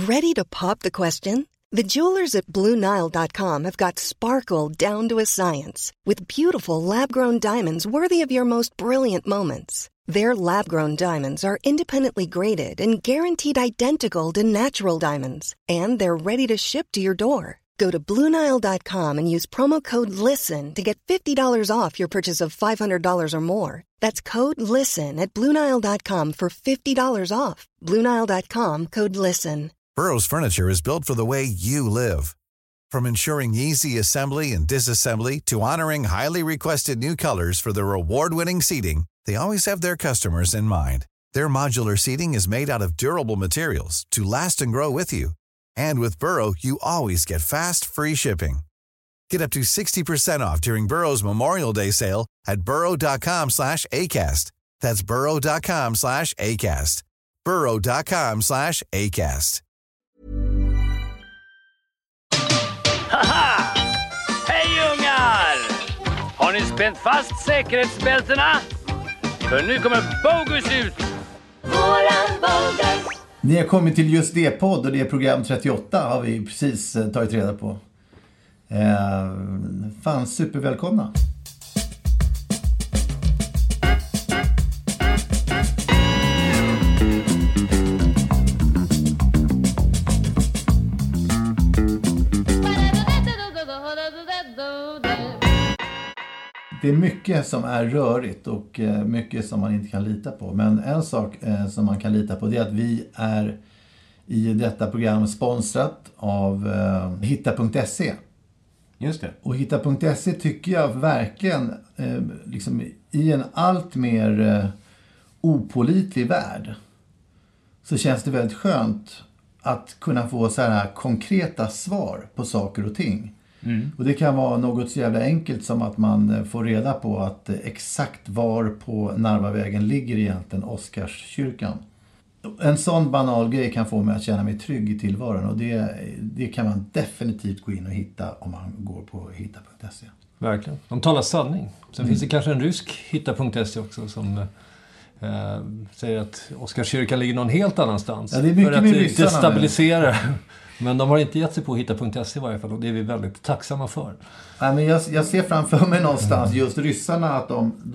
Ready to pop the question? The jewelers at BlueNile.com have got sparkle down to a science with beautiful lab-grown diamonds worthy of your most brilliant moments. Their lab-grown diamonds are independently graded and guaranteed identical to natural diamonds, and they're ready to ship to your door. Go to BlueNile.com and use promo code LISTEN to get $50 off your purchase of $500 or more. That's code LISTEN at BlueNile.com for $50 off. BlueNile.com, code LISTEN. Burrow's furniture is built for the way you live. From ensuring easy assembly and disassembly to honoring highly requested new colors for their award-winning seating, they always have their customers in mind. Their modular seating is made out of durable materials to last and grow with you. And with Burrow, you always get fast, free shipping. Get up to 60% off during Burrow's Memorial Day sale at burrow.com/ACAST. That's burrow.com/ACAST. burrow.com/ACAST. Haha! Hej ungar! Har ni spänt fast säkerhetsbältena? För nu kommer Bogus ut! Våran Bogus! Ni har kommit till just det podd och det är program 38 har vi precis tagit reda på. Fan, supervälkomna. Det är mycket som är rörigt och mycket som man inte kan lita på. Men en sak som man kan lita på det är att vi är i detta program sponsrat av hitta.se. Just det. Och hitta.se tycker jag verkligen liksom i en allt mer opålitlig värld så känns det väldigt skönt att kunna få så här konkreta svar på saker och ting. Mm. Och det kan vara något så jävla enkelt som att man får reda på att exakt var på Narvavägen ligger egentligen Oscarskyrkan. En sån banal grej kan få mig att känna mig trygg i tillvaron och det kan man definitivt gå in och hitta om man går på hitta.se. Verkligen. De talar sanning. Sen finns det kanske en rysk hitta.se också som säger att Oscarskyrkan ligger någon helt annanstans. Ja, det är mycket för att destabilisera. Men de har inte gett sig på hitta.se i varje fall och det är vi väldigt tacksamma för. Ja, men jag ser framför mig någonstans just ryssarna att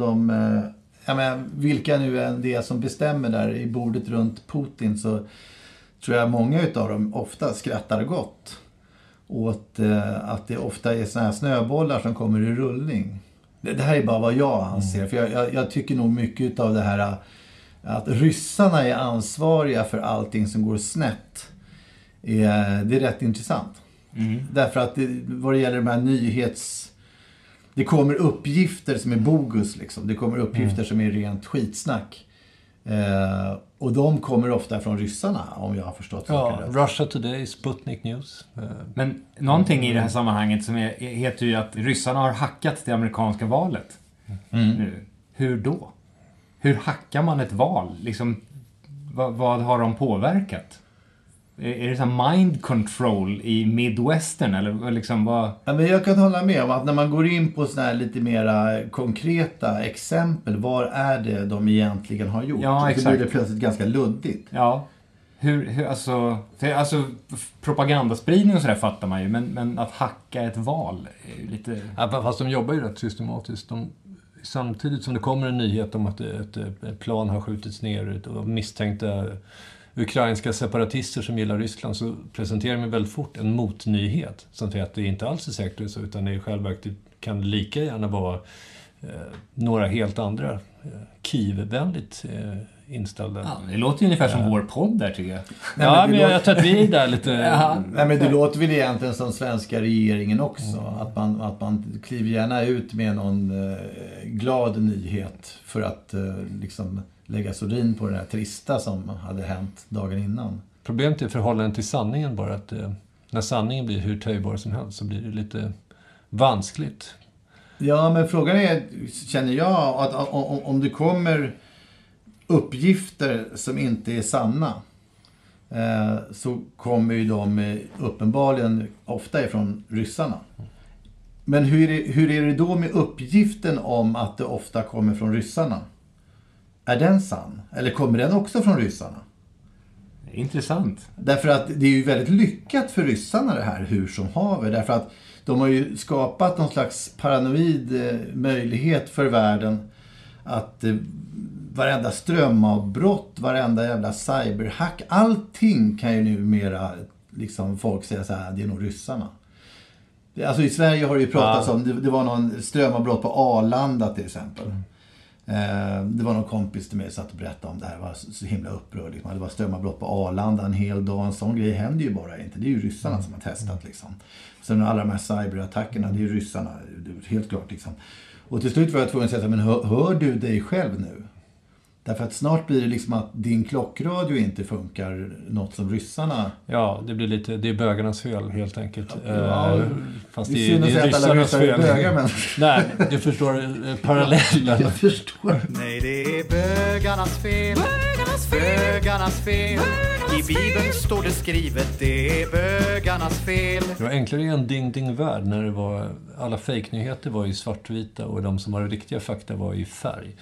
vilka nu än det är som bestämmer där i bordet runt Putin så tror jag många utav dem ofta skrattar gott åt att det ofta är såna här snöbollar som kommer i rullning. Det här är bara vad jag anser. För jag tycker nog mycket av det här att ryssarna är ansvariga för allting som går snett. Det är rätt intressant. Därför att vad det gäller de här det kommer uppgifter som är bogus liksom. Det kommer uppgifter som är rent skitsnack. Och de kommer ofta från ryssarna om jag har förstått saken rätt. Russia Today, Sputnik News. Men någonting i det här sammanhanget som heter ju att ryssarna har hackat det amerikanska valet. Nu. Hur då? Hur hackar man ett val? Liksom, vad har de påverkat? Är det så här mind control i Midwestern eller liksom vad? Ja, men jag kan hålla med om att när man går in på såna här lite mera konkreta exempel, var är det de egentligen har gjort? Ja, exakt. Så blir det plötsligt ganska luddigt. Ja. Hur alltså propagandaspridning och sådär fattar man ju, men att hacka ett val är ju lite... Ja, fast de jobbar ju rätt systematiskt. Samtidigt som det kommer en nyhet om att ett plan har skjutits ner och misstänkta ukrainska separatister som gillar Ryssland, så presenterar de väldigt fort en motnyhet som säger att det inte alls är säkert så, utan det i själva verket kan lika gärna vara några helt andra Kiev-vänligt inställda. Ja, det låter ju ungefär som vår podd där tycker jag. Ja, men jag tror att vi är där lite... Nej, men det låter väl egentligen som svenska regeringen också. Att man kliver gärna ut med någon glad nyhet för att liksom lägga sordin på den här trista som hade hänt dagen innan. Problemet är förhållanden till sanningen bara att när sanningen blir hur töjbar som helst så blir det lite vanskligt. Ja, men frågan är, känner jag, att om det kommer uppgifter som inte är sanna så kommer ju de uppenbarligen ofta ifrån ryssarna. Men hur är det då med uppgiften om att det ofta kommer från ryssarna? Är den sann? Eller kommer den också från ryssarna? Intressant. Därför att det är ju väldigt lyckat för ryssarna det här hur som haver. Därför att de har ju skapat någon slags paranoid möjlighet för världen att varenda strömavbrott, varenda jävla cyberhack, allting kan ju numera liksom folk säga så här, det är nog ryssarna. Alltså i Sverige har det ju pratats om, det var någon strömavbrott på Arlanda till exempel. Det var någon kompis till mig som satt och berättade om det här, var så himla upprörd. Liksom. Det var strömavbrott på Arlanda en hel dag, en sån grej händer ju bara inte. Det är ju ryssarna som har testat liksom. Sen alla de här cyberattackerna, det är ju ryssarna, helt klart liksom. Och till slut var jag tvungen att säga, men hör du dig själv nu? Därför att snart blir det liksom att din klockradio inte funkar, något som ryssarna... Ja, det är bögarnas fel helt enkelt. Fast det är ryssarnas fel. Bögar, men... Nej, du förstår parallellen. Jag förstår. Nej, det är bögarnas fel. Bögarnas fel. I Bibeln står det skrivet, det är bögarnas fel. Det var enklare i en ding-ding-värld när det var... Alla fake-nyheter var i svartvita och de som var riktiga fakta var i färg.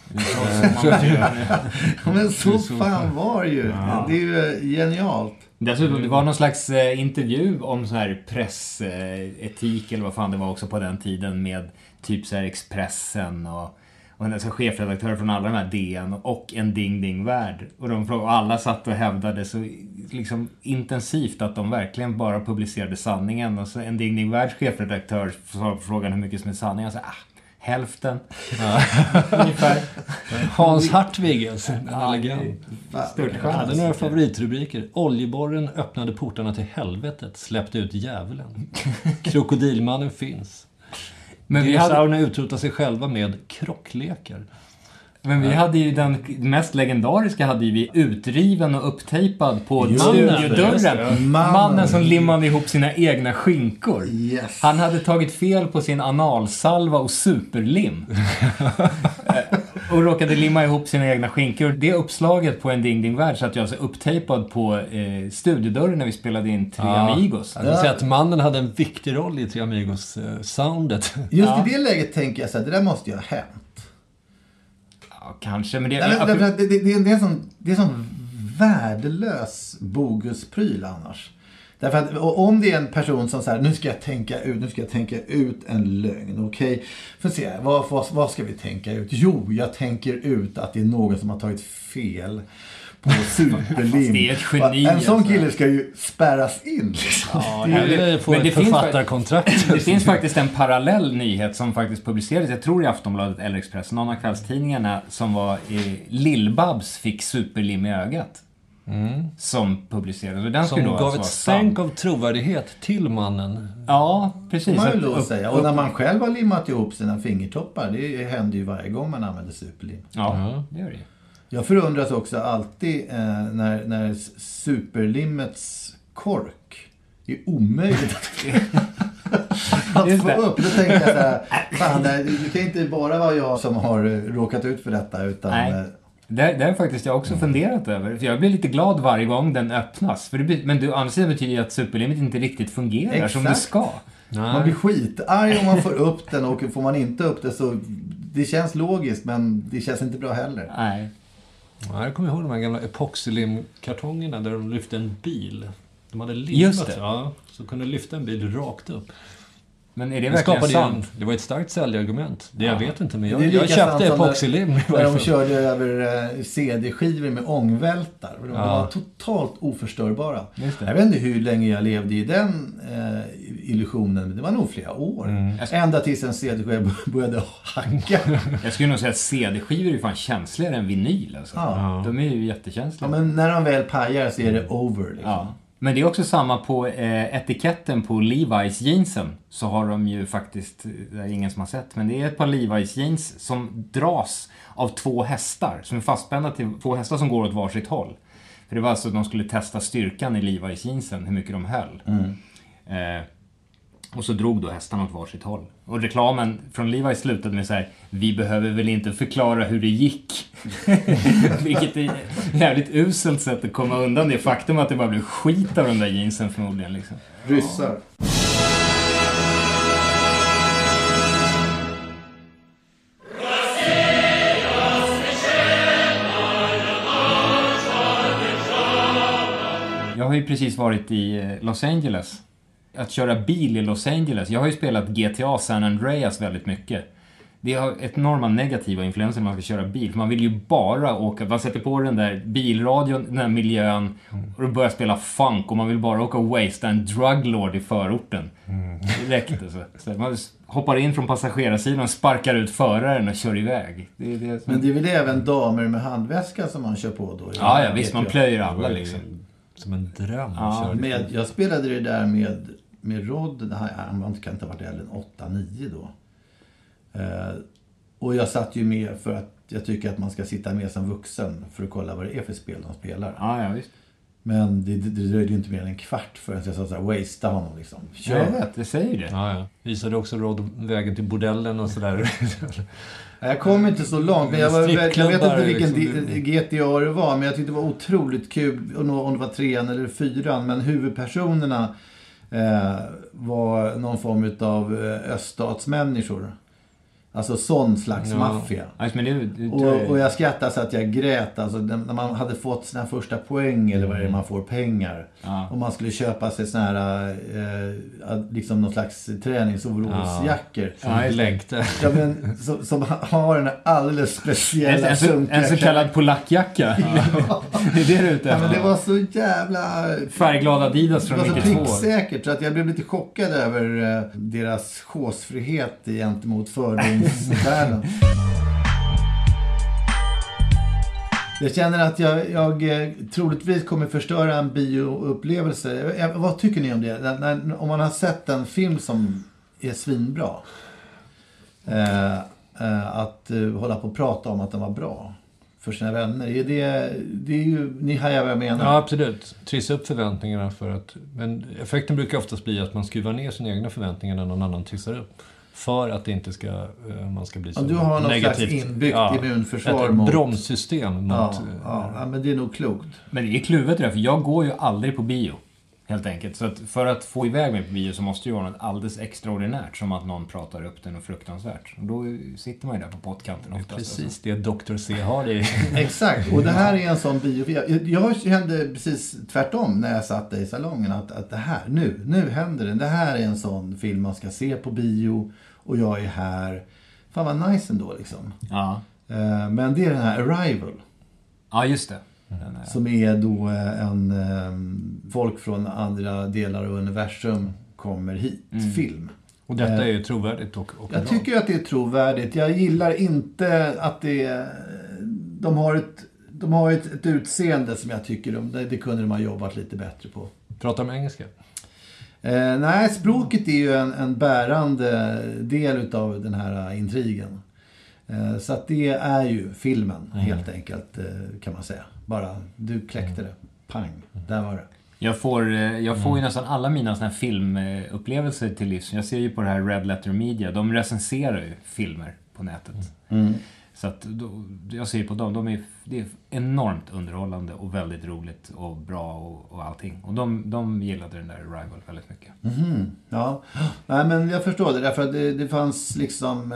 Men så fan var ju. Ja. Det är ju genialt. Dessutom, det var någon slags intervju om så här pressetik eller vad fan det var också på den tiden med typ så här Expressen och en chefredaktör från alla de här DN och en ding-ding-värld. Och alla satt och hävdade så liksom intensivt att de verkligen bara publicerade sanningen. Och så en ding-ding-världs chefredaktör frågade hur mycket som är sanning. Och så hälften. Ungefär. Hans Hartvig, alltså. Legend. Jag hade några favoritrubriker. Oljeborren öppnade portarna till helvetet. Släppte ut djävulen. Krokodilmannen finns. Men dinosaurierna utrotar sig själva med krocklekar. Men vi hade ju den mest legendariska hade ju vi utriven och upptejpad på studiodörren. Mannen som limmade ihop sina egna skinkor. Yes. Han hade tagit fel på sin analsalva och superlim. Och råkade limma ihop sina egna skinkor. Det uppslaget på en ding-ding-värld så att jag alltså upptejpad på studiodörren när vi spelade in Tre Amigos. Jag vill säga att mannen hade en viktig roll i Tre Amigos-soundet. Just i det läget tänker jag så här, det där måste ju ha hänt. Kanske, men det är en sån värdelös boguspryl annars. Därför att om det är en person som säger nu ska jag tänka ut en lögn, okej? För se, vad ska vi tänka ut? Jo, jag tänker ut att det är någon som har tagit fel på superlim. Det är ett geni. En sån kille ska ju spärras in. Ja, eller få ett författarkontrakt. Det finns faktiskt en parallell nyhet som faktiskt publicerades, jag tror i Aftonbladet eller Expressen, någon av kvällstidningarna, som var Lill-Babs fick superlim i ögat. Som publicerades. Och den som gav alltså ett stänk av trovärdighet till mannen. Ja, precis. Man vill då säga. Och när man själv har limmat ihop sina fingertoppar, det händer ju varje gång man använder superlim. Ja, det gör det. Jag förundras också alltid när superlimmets kork är omöjligt att få upp. Då tänker jag så här, fan, det kan inte bara vara jag som har råkat ut för detta, utan... Nej. Det har faktiskt jag också funderat över. För jag blir lite glad varje gång den öppnas. Men du anser betyder ju att superlimit inte riktigt fungerar. Exakt. Som det ska. Nej. Man blir skitarg om man får upp den, och får man inte upp det så... Det känns logiskt, men det känns inte bra heller. Nej. Ja, jag kommer ihåg de här gamla epoxylimkartongerna där de lyfte en bil. De hade limmat. Just det. Ja, så kunde lyfta en bil rakt upp. Men är det verkligen sant? Det var ett starkt säljargument. Jag vet inte, men jag köpte epoxylim. När de körde över CD-skivor med ångvältar. De var totalt oförstörbara. Jag vet inte hur länge jag levde i den illusionen, men det var nog flera år. Ända tills en CD-skiva började hacka. Jag skulle nog säga att CD-skivor är fan känsligare än vinyl. Alltså. Ja. De är ju jättekänsliga. Ja, men när de väl pajar så är det over. Liksom. Ja. Men det är också samma på etiketten på Levi's jeansen. Så har de ju faktiskt, det är ingen som har sett, men det är ett par Levi's jeans som dras av 2 hästar. Som är fastspända till 2 hästar som går åt varsitt håll. För det var alltså att de skulle testa styrkan i Levi's jeansen, hur mycket de höll. Och så drog då hästarna åt varsitt håll. Och reklamen från Levi's slutade med så här: vi behöver väl inte förklara hur det gick. Vilket är jävligt uselt sätt att komma undan det faktum att det bara blev skit av de där jeansen förmodligen. Liksom. Ryssar. har ju precis varit i Los Angeles. Att köra bil i Los Angeles. Jag har ju spelat GTA San Andreas väldigt mycket. Det har enorma negativa influenser när man ska köra bil. För man vill ju bara åka. Man sätter på den där bilradion, den där miljön. Och börjar spela funk. Och man vill bara åka och waste en druglord i förorten. Direkt alltså. Så man hoppar in från passagerarsidan, sparkar ut föraren och kör iväg. Men det är väl även damer med handväska som man kör på då? Ja, visst. Man plöjer alla liksom. Som en dröm. Ja, jag spelade det där med Rod. Han kan inte ha varit äldre än 8-9 då. Och jag satt ju med för att jag tycker att man ska sitta med som vuxen för att kolla vad det är för spel de spelar. Ja, visst. Men det dröjde ju inte mer än en kvart förrän jag sa så här, waste honom liksom. Kör. Jag vet, det säger det. Ja. Visade också Rod vägen till bordellen och sådär. Jag kom inte så långt, men jag vet inte vilken GTA det var, men jag tyckte det var otroligt kul om det var 3:an eller 4:an, men huvudpersonerna var någon form av öststatsmänniskor. Alltså sån slags maffia. Och jag skrattade så att jag grät. Alltså, när man hade fått sina första poäng eller vad det är man får pengar. Och man skulle köpa sig såna här liksom någon slags träningsoverallsjackor. Som har en alldeles speciella en så kallad polackjacka. Det är det du ute. Ja, men det var så jävla färgglad Adidas från 92. Det var så pricksäkert så att jag blev lite chockad över deras chosefrihet gentemot fördomsvärlden. Jag känner att jag troligtvis kommer förstöra en bioupplevelse. Vad tycker ni om det? Om man har sett en film som är svinbra, att hålla på och prata om att den var bra för sina vänner. Det är ju, ni hajar vad jag menar. Ja, absolut. Trissa upp förväntningarna men effekten brukar oftast bli att man skruvar ner sina egna förväntningar när någon annan trissar upp. För att det inte ska, man ska bli så negativt. Du har något slags inbyggt immunförsvar ett bromssystem mot... Ja, men det är nog klokt. Men det är kluvet det där, för jag går ju aldrig på bio. Helt enkelt. Så att för att få iväg mig på bio så måste det ju vara något alldeles extraordinärt. Som att någon pratar upp den och fruktansvärt. Och då sitter man ju där på pottkanten oftast. Precis det Dr. C har det. Exakt, och det här är en sån bio. Jag kände precis tvärtom när jag satt i salongen. Att det här, nu händer det. Det här är en sån film man ska se på bio. Och jag är här. Fan vad nice ändå liksom. Ja. Men det är den här Arrival. Ja, just det. Som är då folk från andra delar av universum kommer hit. Film. Och detta är ju trovärdigt och jag tycker att det är trovärdigt. Jag gillar inte att de har ett utseende som jag tycker det kunde de ha jobbat lite bättre på. Pratar de engelska? Nej, språket är ju en bärande del av den här intrigen. Så att det är ju filmen helt enkelt, kan man säga. Bara du kläckte det. Pang, där var det. Jag får ju nästan alla mina såna här filmupplevelser till livs. Jag ser ju på det här Red Letter Media. De recenserar ju filmer på nätet. Så att jag ser på dem. Det är enormt underhållande och väldigt roligt och bra och allting. Och de gillade den där Arrival väldigt mycket. Ja, nej, men jag förstår det. Därför att det fanns liksom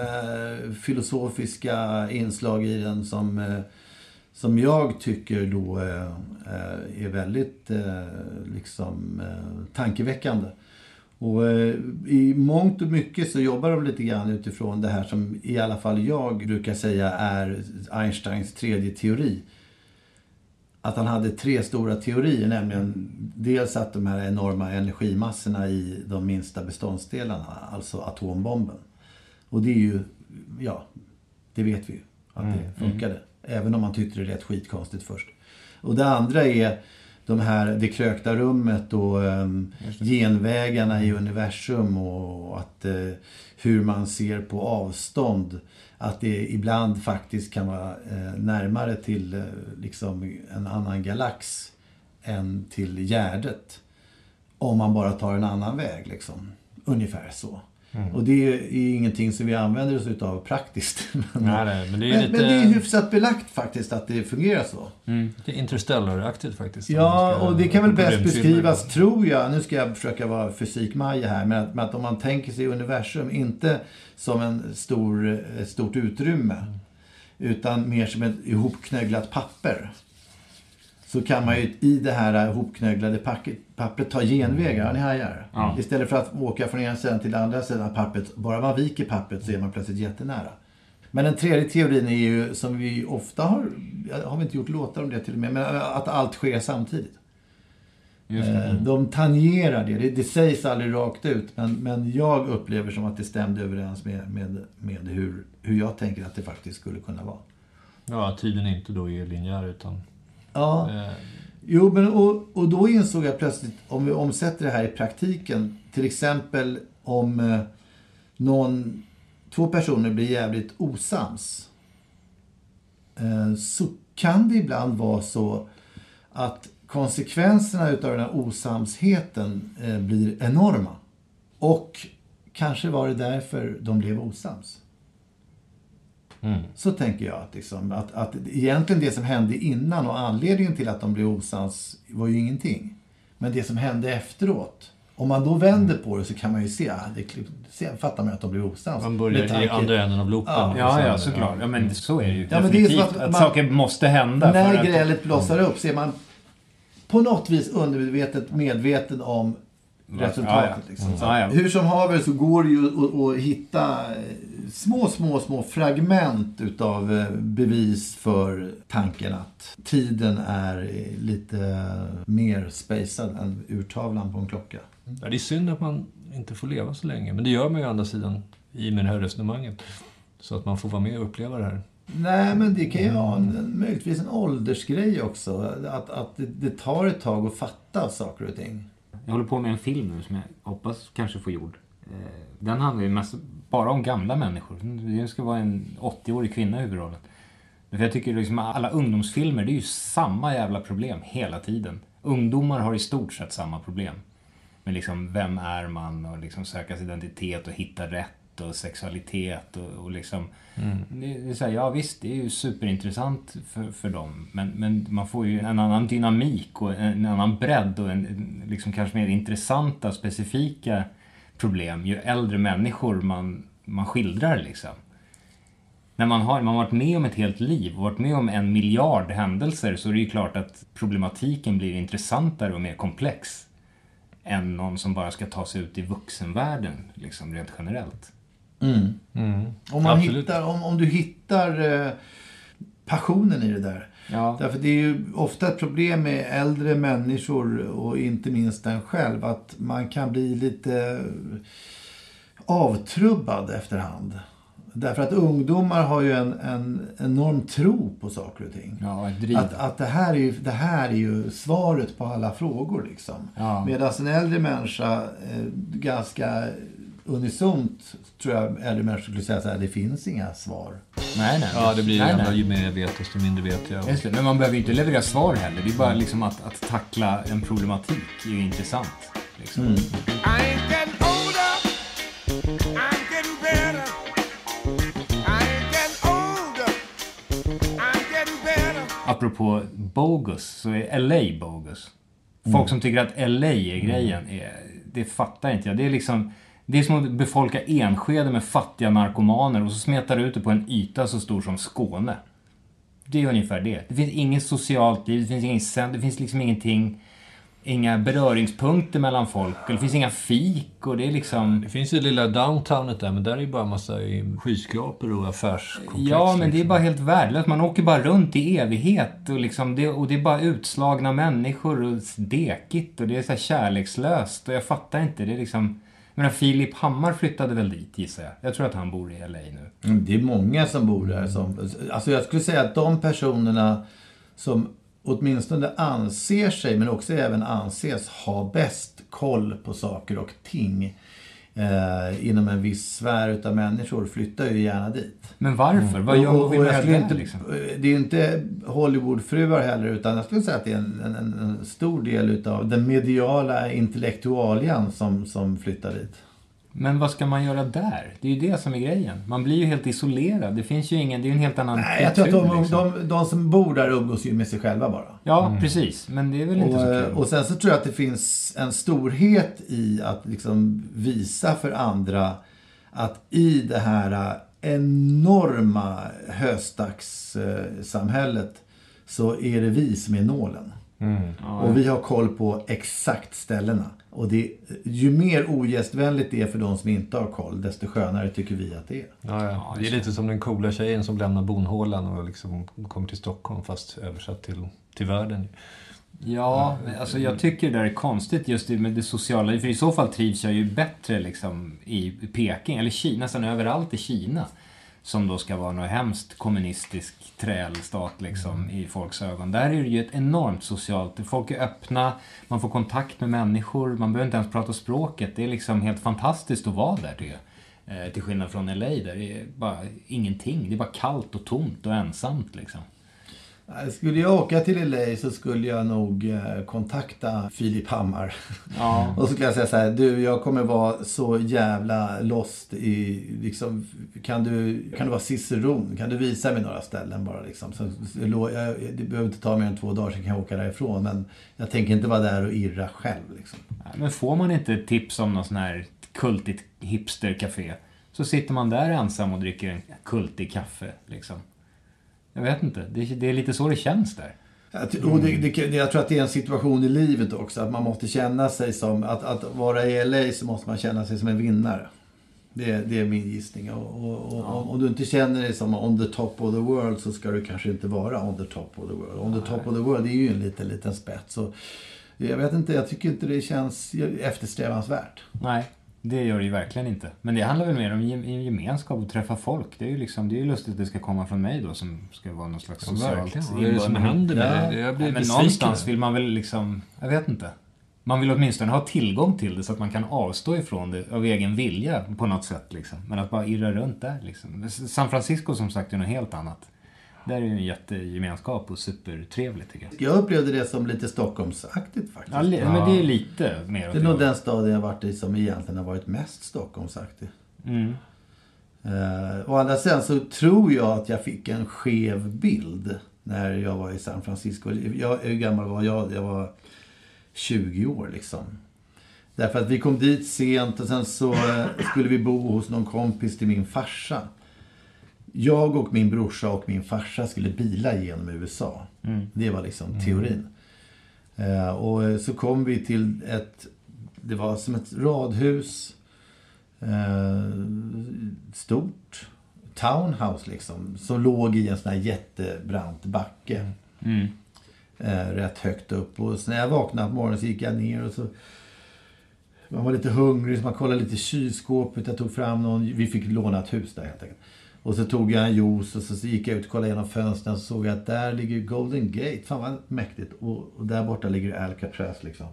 filosofiska inslag i den som jag tycker då är väldigt liksom tankeväckande. Och i mångt och mycket så jobbar de lite grann utifrån det här som i alla fall jag brukar säga är Einsteins tredje teori. Att han hade 3 stora teorier, nämligen dels att de här enorma energimassorna i de minsta beståndsdelarna, alltså atombomben. Och det är ju, det vet vi ju att det funkade. Även om man tyckte det lät skitkonstigt först. Och det andra är det krökta rummet och genvägarna i universum och att hur man ser på avstånd. Att det ibland faktiskt kan vara närmare till liksom en annan galax än till Gärdet. Om man bara tar en annan väg liksom. Ungefär så. Och det är ingenting som vi använder oss utav praktiskt. Men det är hyfsat belagt faktiskt att det fungerar så. Det är Interstellar-aktigt faktiskt. Ja, och det kan väl bäst beskrivas, tror jag. Nu ska jag försöka vara fysikmaja här. Men att om man tänker sig universum inte som ett stort utrymme. Utan mer som ett ihopknögglat papper. så kan man ju i det här hopknögglade pappret ta genvägar. Ni hajar. Ja. Istället för att åka från ena sidan till andra sidan av pappret, bara man viker pappret så är man plötsligt jättenära. Men den tredje teorin är ju, som vi ofta har vi inte gjort låtar om det till och med, men att allt sker samtidigt. Just det. De tangerar det sägs aldrig rakt ut, men jag upplever som att det stämde överens med hur jag tänker att det faktiskt skulle kunna vara. Ja, tiden är inte då linjär utan... Ja, jo, men och då insåg jag plötsligt, om vi omsätter det här i praktiken, till exempel om två personer blir jävligt osams, så kan det ibland vara så att konsekvenserna utav den här osamsheten blir enorma. Och kanske var det därför de blev osams. Så tänker jag att egentligen det som hände innan och anledningen till att de blev osams var ju ingenting. Men det som hände efteråt, om man då vänder på det så kan man ju se, fattar man att de blev osams. Man börjar i andra änden av loopen. Ja, såklart. Ja, men så är det ju. Ja, men det är definitivt så att saker måste hända. När grälet blossar upp så är man på något vis undermedvetet medveten om resultatet. Liksom. Hur som haver så går det ju att hitta små fragment utav bevis för tanken att tiden är lite mer spacad än urtavlan på en klocka. Ja, det är synd att man inte får leva så länge, men det gör man ju å andra sidan i med det här resonemanget. Så att man får vara med och uppleva det här. Nej, men det kan ju ha möjligtvis en åldersgrej också. Att det tar ett tag att fatta saker och ting. Jag håller på med en film nu som jag hoppas kanske får gjord. Den handlar ju mest bara om gamla människor. Det ska vara en 80-årig kvinna i huvudrollen. För jag tycker liksom alla ungdomsfilmer, det är ju samma jävla problem hela tiden. Ungdomar har i stort sett samma problem. Men liksom, vem är man och liksom söka sin identitet och hitta rätt och sexualitet och liksom... Det är så här, ja visst, det är ju superintressant för dem. Men man får ju en annan dynamik och en annan bredd och en liksom kanske mer intressanta, specifika problem ju äldre människor man skildrar liksom. När man har varit med om ett helt liv och varit med om 1 miljard händelser, så är det ju klart att problematiken blir intressantare och mer komplex än någon som bara ska ta sig ut i vuxenvärlden liksom, rent generellt. Om du hittar passionen i det där. Ja. Därför det är ju ofta ett problem med äldre människor och inte minst den själv, att man kan bli lite avtrubbad efterhand. Därför att ungdomar har ju en enorm tro på saker och ting. Ja, ett driv. Att det här är ju svaret på alla frågor liksom. Ja. Medan en äldre människa ganska unisont, tror jag äldre människor skulle säga så här: det finns inga svar. Nej. Ja, det blir ju mer jag vet, desto mindre vet jag. Just det, men man behöver ju inte leverera svar heller. Det är bara liksom att tackla en problematik är ju intressant. Liksom. Apropå bogus, så är LA bogus. Folk som tycker att LA är grejen, det fattar inte jag. Det är liksom, det är som att befolka Enskede med fattiga narkomaner och så smetar ut det på en yta så stor som Skåne. Det är ungefär det. Det finns inget socialt liv, det finns liksom inga beröringspunkter mellan folk. Det finns inga fik och det är liksom... Det finns ju lilla downtownet där, men där är ju bara massa skyskrapor och affärskomplex. Ja, men liksom. det är bara helt värdelöst. Man åker bara runt i evighet och, liksom det är bara utslagna människor och dekigt och det är så här kärlekslöst och jag fattar inte. Det är liksom... Men Filip Hammar flyttade väl dit, gissar jag. Jag tror att han bor i LA nu. Det är många som bor där. Alltså jag skulle säga att de personerna som åtminstone anser sig, men också även anses ha bäst koll på saker och ting inom en viss sfär utav människor, flyttar ju gärna dit. Men varför? Vad gör vi med det liksom? Det är ju inte Hollywoodfruar heller, utan jag skulle säga att det är en stor del utav den mediala intellektualian som flyttar dit. Men vad ska man göra där? Det är ju det som är grejen. Man blir ju helt isolerad. Det finns ju ingen, det är ju en helt annan kultur. Jag tror att de som bor där umgås ju med sig själva bara. Ja, precis. Men det är väl inte så kul. Och sen så tror jag att det finns en storhet i att liksom visa för andra att i det här enorma höstackssamhället så är det vi som är nålen. Och vi har koll på exakt ställena. Och ju mer ogästvänligt det är för de som inte har koll, desto skönare tycker vi att det är. Ja. Det är lite som den coola tjejen som lämnar Bonhålan och liksom kommer till Stockholm, fast översatt till världen. Ja, alltså jag tycker det där är konstigt just med det sociala. För i så fall trivs jag ju bättre liksom i Peking, eller Kina, nästan överallt i Kina. Som då ska vara något hemskt kommunistisk trälstat liksom i folks ögon. Där är det ju ett enormt socialt. Folk är öppna, man får kontakt med människor, man behöver inte ens prata språket. Det är liksom helt fantastiskt att vara där, tycker jag. Till skillnad från LA där det är bara ingenting. Det är bara kallt och tomt och ensamt liksom. Skulle jag åka till LA så skulle jag nog kontakta Filip Hammar. Ja. Och så skulle jag säga så här: du, jag kommer vara så jävla lost i liksom, kan du vara ciceron? Kan du visa mig några ställen bara liksom? Så, det behöver inte ta mer än 2 dagar så kan jag åka därifrån, men jag tänker inte vara där och irra själv liksom. Men får man inte tips om någon sån här kultigt hipstercafé, så sitter man där ensam och dricker en kultig kaffe liksom. Jag vet inte, det är lite så det känns där. Och jag tror att det är en situation i livet också, att man måste känna sig som, att vara i LA så måste man känna sig som en vinnare. Det är min gissning. Och om du inte känner dig som on the top of the world, så ska du kanske inte vara on the top of the world. On the top of the world är ju en liten spets. Så jag vet inte, jag tycker inte det känns eftersträvansvärt. Nej. Det gör det ju verkligen inte. Men det handlar väl mer om gemenskap och träffa folk. Det är ju liksom, det är ju lustigt att det ska komma från mig då, som ska vara någon slags socialt. Vad är det som händer med det? Jag blir men någonstans vill man väl liksom, jag vet inte. Man vill åtminstone ha tillgång till det så att man kan avstå ifrån det av egen vilja på något sätt liksom. Men att bara irra runt där liksom. San Francisco som sagt är något helt annat. Där är ju en jättegemenskap och supertrevligt tycker jag. Jag upplevde det som lite Stockholmsaktigt faktiskt. Ja, men det är lite mer. Det är nog den staden jag varit i som egentligen har varit mest Stockholmsaktig. Och andra sidan så tror jag att jag fick en skev bild när jag var i San Francisco. Hur gammal var jag? Jag var 20 år liksom. Därför att vi kom dit sent och sen så skulle vi bo hos någon kompis till min farsa. Jag och min brorsa och min farsa skulle bila genom USA. Det var liksom teorin. Och så kom vi till det var som ett radhus. Stort. Townhouse liksom. Som låg i en sån här jättebrant backe. Rätt högt upp. Och så när jag vaknade på morgonen så gick jag ner och så... Man var lite hungrig så man kollade lite i kylskåpet. Jag tog fram vi fick låna ett hus där helt enkelt. Och så tog jag en juice och så gick jag ut och kollade genom fönstren och så såg jag att där ligger Golden Gate. Fan vad mäktigt. Och där borta ligger Alcatraz liksom.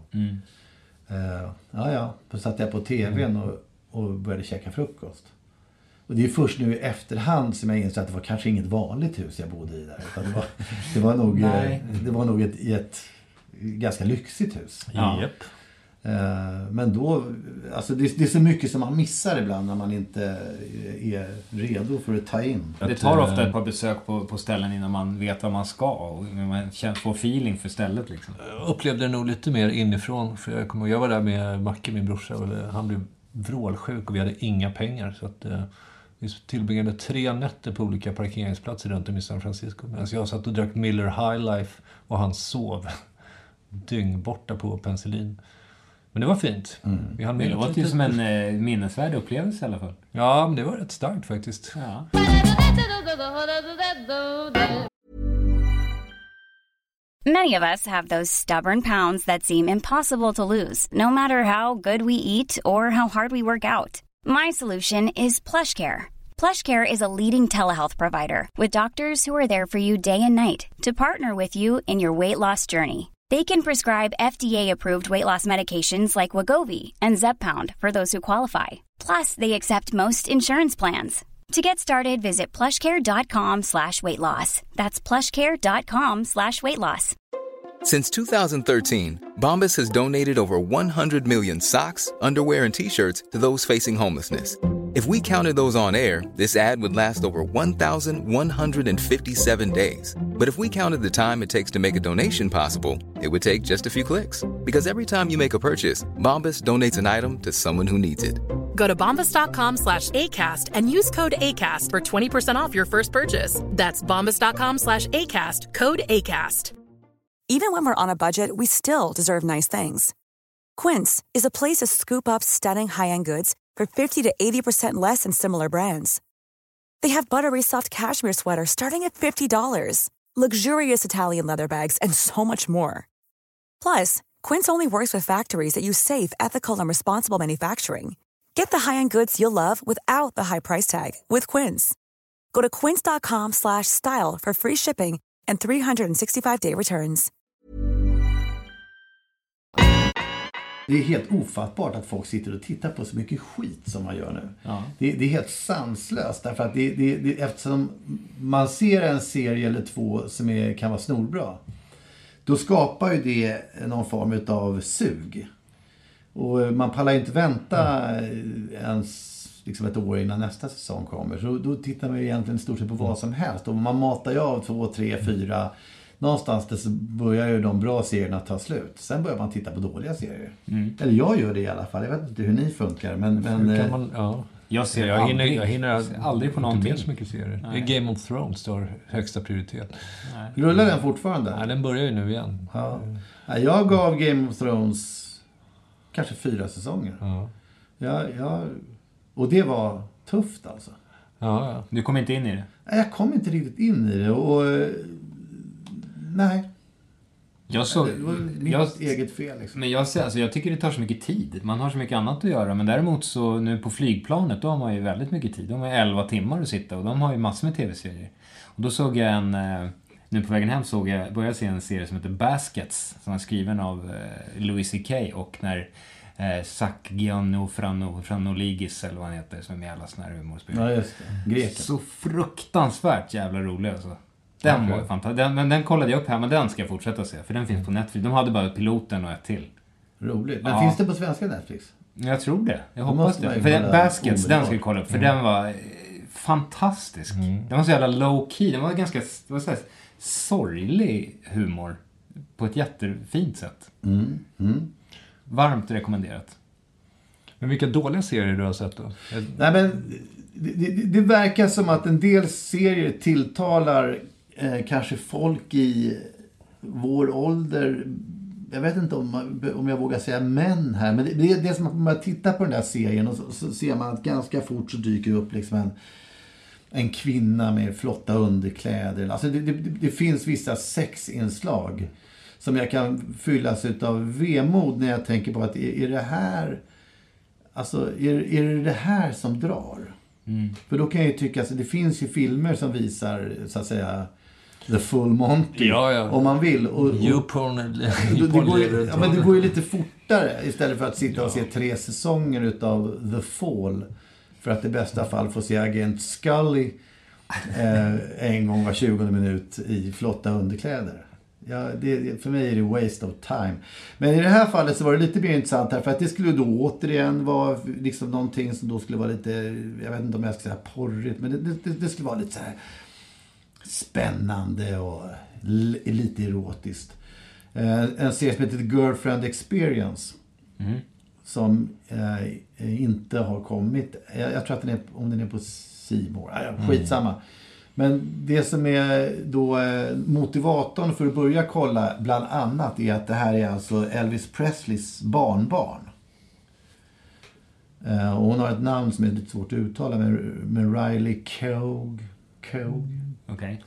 Då satt jag på tvn och började käka frukost. Och det är först nu i efterhand som jag inser att det var kanske inget vanligt hus jag bodde i där. Utan det var nog ett ganska lyxigt hus. Ja. Yep. Men då, alltså det är så mycket som man missar ibland när man inte är redo för att ta in. Det tar ofta ett par besök på ställen innan man vet vad man ska och man får feeling för stället liksom. Jag upplevde det nog lite mer inifrån, för jag var där med Macke, min brorsa, och han blev vrålsjuk och vi hade inga pengar, så att vi tillbringade 3 nätter på olika parkeringsplatser runt om i San Francisco. Medan jag satt och drack Miller High Life och han sov dyng borta på penicillin. Men det var fint. Det låter ju som en minnesvärd upplevelse i alla fall. Ja, men det var rätt starkt faktiskt. Ja. Many of us have those stubborn pounds that seem impossible to lose, no matter how good we eat or how hard we work out. My solution is PlushCare. PlushCare is a leading telehealth provider with doctors who are there for you day and night to partner with you in your weight loss journey. They can prescribe FDA-approved weight loss medications like Wegovy and Zepbound for those who qualify. Plus, they accept most insurance plans. To get started, visit plushcare.com/weightloss. That's plushcare.com/weightloss. Since 2013, Bombas has donated over 100 million socks, underwear, and T-shirts to those facing homelessness. If we counted those on air, this ad would last over 1,157 days. But if we counted the time it takes to make a donation possible, it would take just a few clicks. Because every time you make a purchase, Bombas donates an item to someone who needs it. Go to bombas.com/ACAST and use code ACAST for 20% off your first purchase. That's bombas.com/ACAST, code ACAST. Even when we're on a budget, we still deserve nice things. Quince is a place to scoop up stunning high-end goods for 50 to 80% less than similar brands. They have buttery soft cashmere sweaters starting at $50, luxurious Italian leather bags, and so much more. Plus, Quince only works with factories that use safe, ethical, and responsible manufacturing. Get the high-end goods you'll love without the high price tag with Quince. Go to quince.com/style for free shipping and 365-day returns. Det är helt ofattbart att folk sitter och tittar på så mycket skit som man gör nu. Ja. Det är helt sanslöst därför att eftersom man ser en serie eller två som kan vara snorbra, då skapar ju det någon form av sug. Och man pallar inte vänta ens liksom ett år innan nästa säsong kommer. Så då tittar man ju egentligen stort sett på vad som helst. Och man matar ju av 2, 3, 4. Någonstans där så börjar ju de bra serierna ta slut. Sen börjar man titta på dåliga serier. Eller jag gör det i alla fall. Jag vet inte hur ni funkar. Men kan man, ja. Jag hinner aldrig på någonting så mycket serier. Nej. Game of Thrones har högsta prioritet. Nej. Rullar den fortfarande? Nej, den börjar ju nu igen. Ja. Jag gav Game of Thrones kanske 4 säsonger. Ja. Och det var tufft alltså. Ja. Du kom inte in i det? Jag kom inte riktigt in i det. Och nej. Det var mitt eget fel liksom. Men jag tycker det tar så mycket tid. Man har så mycket annat att göra. Men däremot så nu på flygplanet, då har man ju väldigt mycket tid. De har 11 timmar att sitta och de har ju massor med tv-serier. Och då såg jag nu på vägen hem började jag se en serie som heter Baskets, som är skriven av Louis C.K. och när Zach Galifianakis eller vad han heter, som är med alla såna här humorspel. Ja, just det. Greken. Så fruktansvärt jävla rolig alltså. Den var fantastisk. Men den kollade jag upp här, men den ska jag fortsätta se. För den finns på Netflix. De hade bara piloten och ett till. Roligt. Men finns det på svenska Netflix? Jag tror det. Jag hoppas det. För Baskets, den ska jag kolla upp. För den var fantastisk. Den var så jävla low key. Den var ganska sorglig humor. På ett jättefint sätt. Varmt rekommenderat. Men vilka dåliga serier du har sett då? Nej, men det verkar som att en del serier tilltalar kanske folk i vår ålder. Jag vet inte om jag vågar säga män här. Men det är som att man tittar på den där serien och så ser man att ganska fort så dyker upp liksom en kvinna med flotta underkläder. Alltså det finns vissa sexinslag som jag kan fyllas av vemod när jag tänker på att är det här, alltså är det här som drar? För då kan jag ju tycka att det finns ju filmer som visar så att säga The Full Monty om man vill och det går ju lite fortare istället för att sitta och se 3 säsonger utav The Fall för att i bästa fall få se Agent Scully en gång var 20 minut i flotta underkläder. Ja, för mig är det waste of time. Men i det här fallet så var det lite mer intressant här, för att det skulle då återigen vara liksom någonting som då skulle vara lite, jag vet inte om jag ska säga porrigt, men det skulle vara lite så här spännande och lite erotiskt. En serie som heter The Girlfriend Experience som inte har kommit. Jag tror att om den är på C More. Skitsamma. Men det som är då motivatorn för att börja kolla bland annat är att det här är alltså Elvis Presleys barnbarn. Och hon har ett namn som är lite svårt att uttala med Riley Keough. Okej.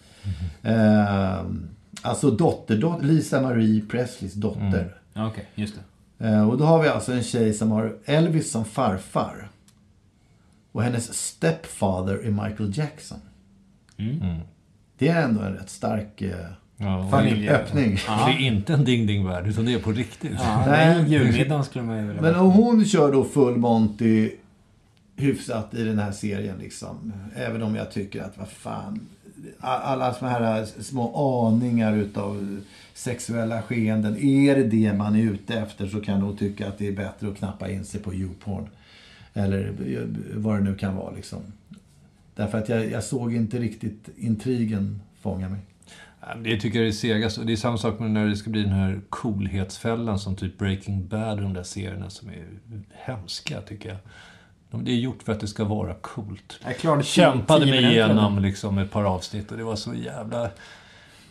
Alltså dotter, Lisa Marie Presleys dotter. Okej, just det. Och då har vi alltså en tjej som har Elvis som farfar. Och hennes stepfather är Michael Jackson. Det är ändå en rätt stark öppning. Det är inte en ding-ding-värld, utan det är på riktigt. Nej, julmiddagen skulle man ju vilja. Men om hon kör då full Monty hyfsat i den här serien liksom. Även om jag tycker att vad fan, alla såna här små aningar utav sexuella skeenden, är det man är ute efter, så kan nog tycka att det är bättre att knappa in sig på YouPorn. Eller vad det nu kan vara liksom. Därför att jag såg inte riktigt intrigen fånga mig. Det tycker jag är segast. Och det är samma sak med när det ska bli den här coolhetsfällan som typ Breaking Bad, de där serierna som är hemska tycker jag. Det är gjort för att det ska vara coolt. Jag kämpade mig igenom liksom ett par avsnitt och det var så jävla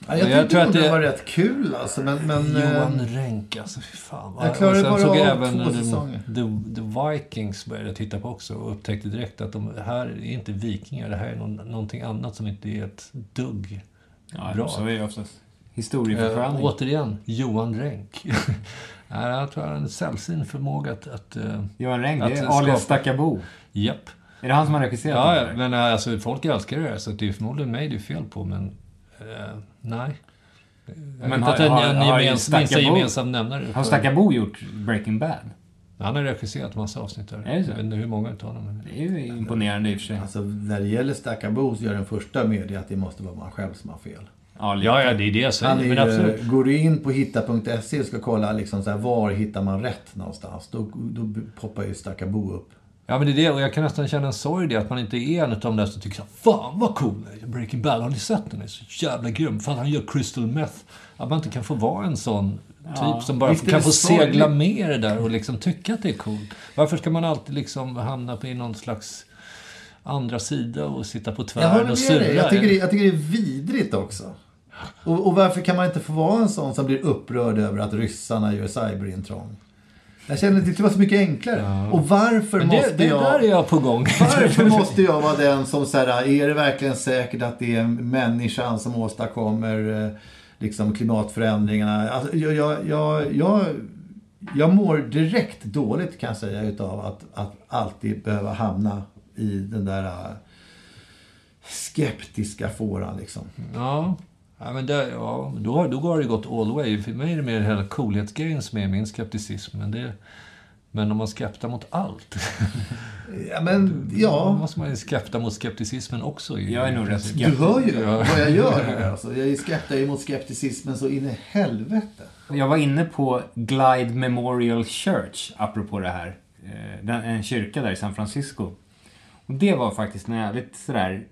Ja, jag tyckte att det var rätt kul alltså, men Johan Renck, alltså fy fan. Jag klarade bara såg av även 2 säsonger. The Vikings började jag titta på också och upptäckte direkt att de här är inte vikingar, det här är någonting annat som inte är ett dugg bra. Så är det oftast. Historieförförande. Återigen, Johan Renck. Jag tror han har en sällsyn förmåga att Johan Renck, det är alias Stackabo. Japp. Är det han som har regisserat det? Ja, men alltså, folk älskar det, så det är förmodligen mig det är fel på, men nej. Men har gemensam nämnare. Har Stackabo gjort Breaking Bad? Han har regisserat massa avsnitt där. Är det så? Jag vet inte hur många utav dem. Det är ju imponerande i och för sig. Alltså, när det gäller Stackabo så gör den första med att det måste vara man själv som har fel. Ja, det är det jag säger. Men absolut. Går du in på hitta.se och ska kolla liksom så här, var hittar man rätt någonstans, då poppar ju Stackabo upp. Ja, men det är det, och jag kan nästan känna en sorg det att man inte är en av de där som tycker så, fan vad cool, Breaking Bad, har ni sett den? Det är så jävla grym, fan han gör crystal meth. Att man inte kan få vara en sån typ som bara kan få segla med det där och liksom tycka att det är coolt. Varför ska man alltid liksom hamna på i någon slags andra sida och sitta på tvärn och surra? Jag tycker det är vidrigt också. Och varför kan man inte få vara en sån som blir upprörd över att ryssarna gör cyberintrång? Jag känner att det var så mycket enklare. Ja. Och varför måste jag... där är jag på gång. Varför måste jag vara den som säger, är det verkligen säkert att det är människan som åstadkommer liksom klimatförändringarna? Alltså, jag mår direkt dåligt, kan jag säga, utav att alltid behöva hamna i den där skeptiska fåran liksom. Ja. Ja, men då har det gått all the way. För mig är det mer hela coolhetsgrejen som är min skepticism. Men om man skeptar mot allt. Ja, men ja. Då måste man ju skepta mot skepticismen också. Jag är nog rätt skeptisk. Du hör ju vad jag gör här. Alltså. Jag skeptar ju mot skepticismen så in i helvete. Jag var inne på Glide Memorial Church, apropå det här. En kyrka där i San Francisco. Och det var faktiskt jävligt sådär...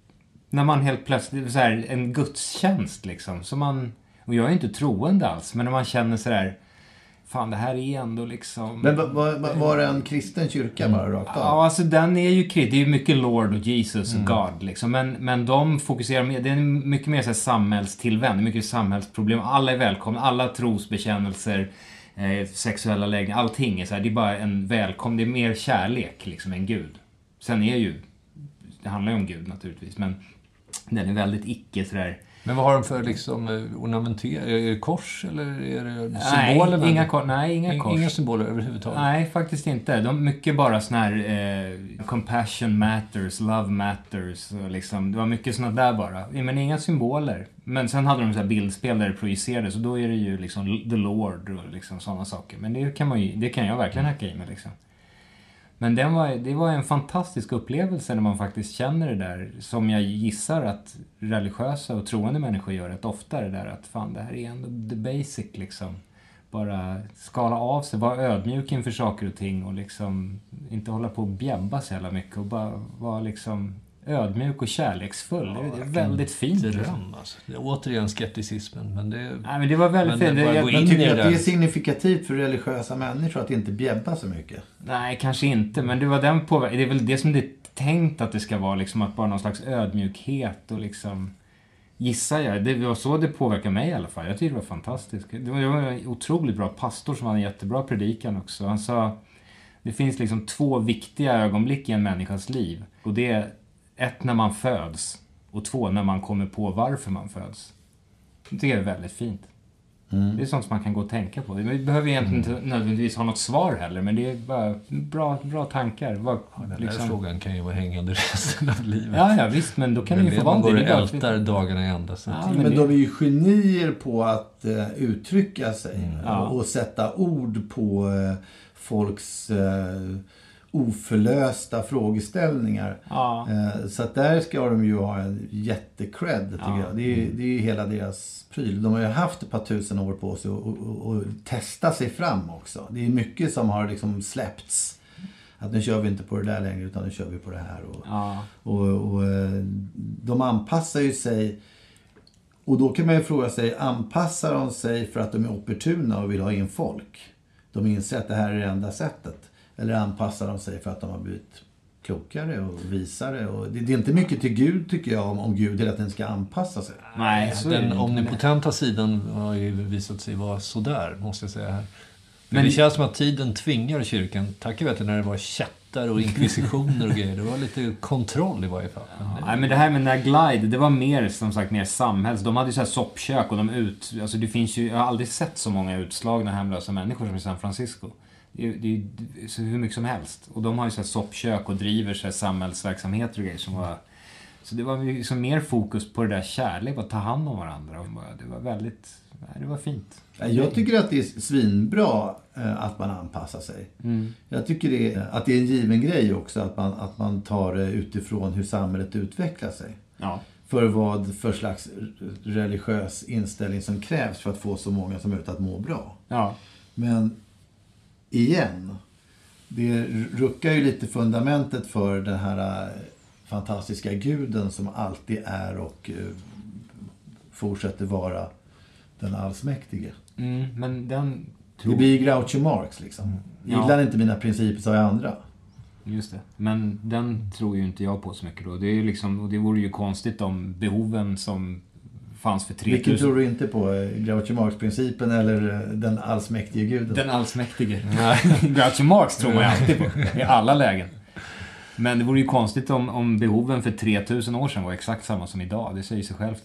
När man helt plötsligt, så här, en gudstjänst liksom. Så man, och jag är inte troende alls, men när man känner så där, fan det här är ändå liksom... Men var det en kristen kyrka bara rakt av? Ja, alltså den är ju kristen. Det är ju mycket Lord och Jesus och God liksom. Men de fokuserar mer, det är mycket mer så här samhällstillvänd, mycket samhällsproblem. Alla är välkomna, alla trosbekännelser, sexuella läggning, allting är så här, det är bara en välkommen, det är mer kärlek liksom än Gud. Sen är ju, det handlar ju om Gud naturligtvis, men den är väldigt icke sådär. Men vad har de för liksom ornamenter? Är det kors eller är det symboler? Nej, inga kors. Inga symboler överhuvudtaget? Nej, faktiskt inte. De mycket bara sån här compassion matters, love matters och liksom, det var mycket såna där bara. Men inga symboler. Men sen hade de så här bildspel där det projicerades och då är det ju liksom the Lord och liksom sådana saker. Men det kan jag verkligen hacka i mig liksom. Men det var en fantastisk upplevelse när man faktiskt känner det där, som jag gissar att religiösa och troende människor gör rätt ofta, det där att fan, det här är ändå the basic liksom. Bara skala av sig, vara ödmjuk inför saker och ting och liksom inte hålla på och bjäbba så jävla mycket och bara vara liksom ödmjuk och kärleksfull. Ja, det är väldigt fint. Dröm, alltså. Det är återigen skepticismen. Men men det var väldigt fint. Jag tycker att det är signifikativt för religiösa människor att inte bjäbba så mycket. Nej, kanske inte. Men det var den det är väl det som det är tänkt att det ska vara. Liksom, att bara någon slags ödmjukhet och liksom... Gissar jag. Det var så det påverkar mig i alla fall. Jag tycker det var fantastiskt. Det var en otroligt bra pastor som hade en jättebra predikan också. Han sa... Det finns liksom 2 viktiga ögonblick i en människas liv. Och det är 1 när man föds och 2 när man kommer på varför man föds. Det är väldigt fint. Det är sånt som man kan gå och tänka på. Vi behöver egentligen inte nödvändigtvis ha något svar heller, men det är bara bra tankar. Den här frågan kan ju vara hängande resten av livet. Ja, visst, men då kan det ju få vara man går och ältar dagarna i ända. Men de är ju genier på att uttrycka sig och sätta ord på folks... oförlösta frågeställningar. Så att där ska de ju ha en jättecred, tycker jag. Det är ju hela deras pryl. De har ju haft ett par tusen år på sig och testa sig fram också. Det är mycket som har liksom släppts. Att nu kör vi inte på det där längre, utan nu kör vi på det här. Och de anpassar ju sig. Och då kan man ju fråga sig, anpassar de sig för att de är opportuna och vill ha in folk? De inser att det här är det enda sättet. Eller anpassar de sig för att de har blivit klokare och visare. Och det är inte mycket till Gud, tycker jag, om Gud hela tiden ska anpassa sig. Nej, så den omnipotenta sidan har ju visat sig vara sådär, måste jag säga här. Men det känns som att tiden tvingar kyrkan. Tack vet jag när det var chattar och inkvisitioner och grejer. Det var lite kontroll i varje fall. Nej, men det här med Glide, det var mer, som sagt, mer samhälls. De hade ju så här soppkök och alltså det finns ju, jag har aldrig sett så många utslagna hemlösa människor som i San Francisco. Det är så hur mycket som helst. Och de har ju så här soppkök och driver så här samhällsverksamheter och grejer som var... Så det var liksom mer fokus på det där kärlek, att ta hand om varandra. Och det var väldigt... Nej, det var fint. Jag tycker att det är svinbra att man anpassar sig. Jag tycker att det är en given grej också att man tar det utifrån hur samhället utvecklar sig. Ja. För vad för slags religiös inställning som krävs för att få så många som möjligt att må bra. Ja. Men igen, det ruckar ju lite fundamentet för den här fantastiska guden som alltid är och fortsätter vara den allsmäktige. Men den det blir Groucho Marx liksom. Gillar inte mina principer så har jag andra. Just det. Men den tror ju inte jag på så mycket då. Det är ju liksom, och det vore ju konstigt om behoven som fanns för 3000... Vilken tror du inte på? Groucho Marx-principen eller den allsmäktige guden? Den allsmäktige. Groucho Marx tror man ju alltid på. I alla lägen. Men det vore ju konstigt om behoven för 3000 år sedan var exakt samma som idag. Det säger sig självt.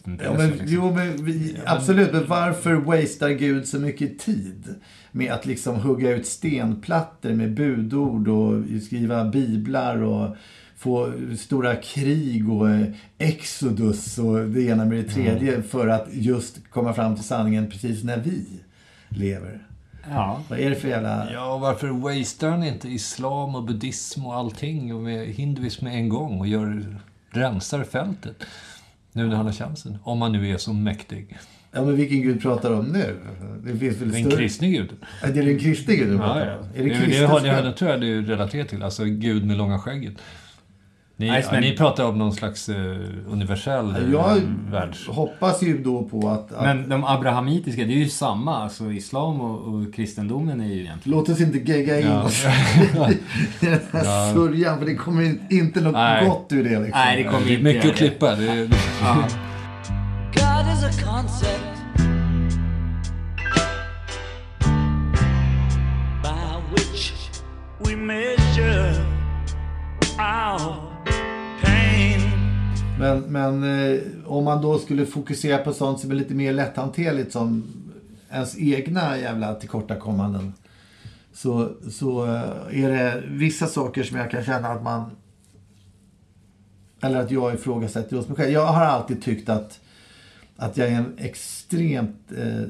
Absolut, men varför wastear Gud så mycket tid med att liksom hugga ut stenplattor med budord och skriva biblar och få stora krig och exodus och det ena med det tredje för att just komma fram till sanningen precis när vi lever? Ja. Vad är det för jävla... Ja, varför wastear han inte islam och buddhism och allting och med hinduism med en gång och rensar fältet nu när han har chansen, om han nu är så mäktig. Ja, men vilken gud pratar om nu? Det finns väl en kristlig gud. Ja, det är en kristlig gud du pratar om. Är det tror jag det är relaterat till, alltså gud med långa skägget. Ni pratar om någon slags universell värld. Jag hoppas ju då på att... Men de abrahamitiska, det är ju samma. Alltså islam och kristendomen är ju egentligen... Låt oss inte gegga in oss i den här sörjan, för det kommer inte något gott ur det. Liksom. Nej, det kommer inte. Mycket att klippa. God is a concept by which we measure our pain. Men om man då skulle fokusera på sånt som är lite mer lätthanterligt som ens egna jävla tillkortakommanden, så är det vissa saker som jag kan känna att man, eller att jag ifrågasätter hos mig själv. Jag har alltid tyckt att jag är en extremt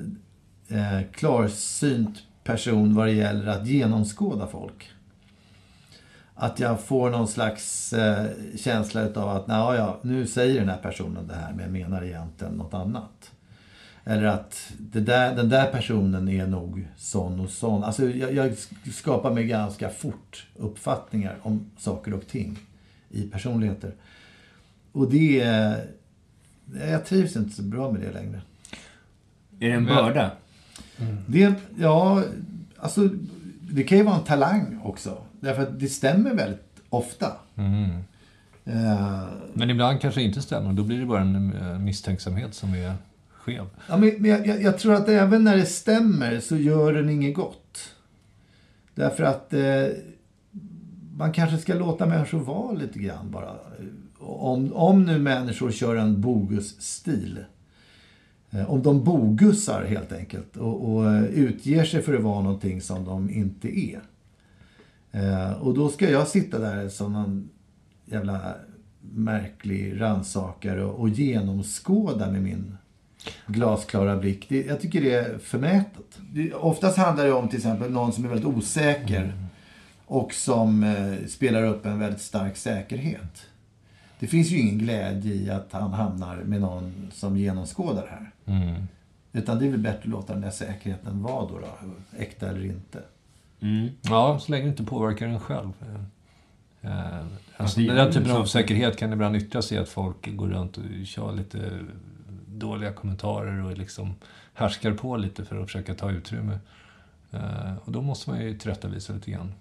klarsynt person vad det gäller att genomskåda folk. Att jag får någon slags känsla av att nu säger den här personen det här, men jag menar egentligen något annat. Eller att den där personen är nog sån och sån. Alltså jag skapar mig ganska fort uppfattningar om saker och ting i personligheter. Och jag trivs inte så bra med det längre. Är det en börda? Alltså det kan ju vara en talang också. Därför att det stämmer väldigt ofta. Men ibland kanske inte stämmer. Då blir det bara en misstänksamhet som är skev. Ja, men jag tror att även när det stämmer så gör den inget gott. Därför att man kanske ska låta människor vara lite grann bara. Om nu människor kör en bogus-stil. Om de bogussar helt enkelt. Och utger sig för att vara någonting som de inte är. Och då ska jag sitta där som en jävla märklig rannsakare och genomskåda med min glasklara blick. Jag tycker det är förmätet. Oftast handlar det om till exempel någon som är väldigt osäker och som spelar upp en väldigt stark säkerhet. Det finns ju ingen glädje i att han hamnar med någon som genomskådar det här. Utan det är väl bättre att låta den där säkerheten vara då, äkta eller inte. Ja, så länge det inte påverkar en själv. Alltså, den typen av osäkerhet kan ibland yttra sig att folk går runt och kör lite dåliga kommentarer och liksom härskar på lite för att försöka ta utrymme. Och då måste man ju tillrättavisa lite grann.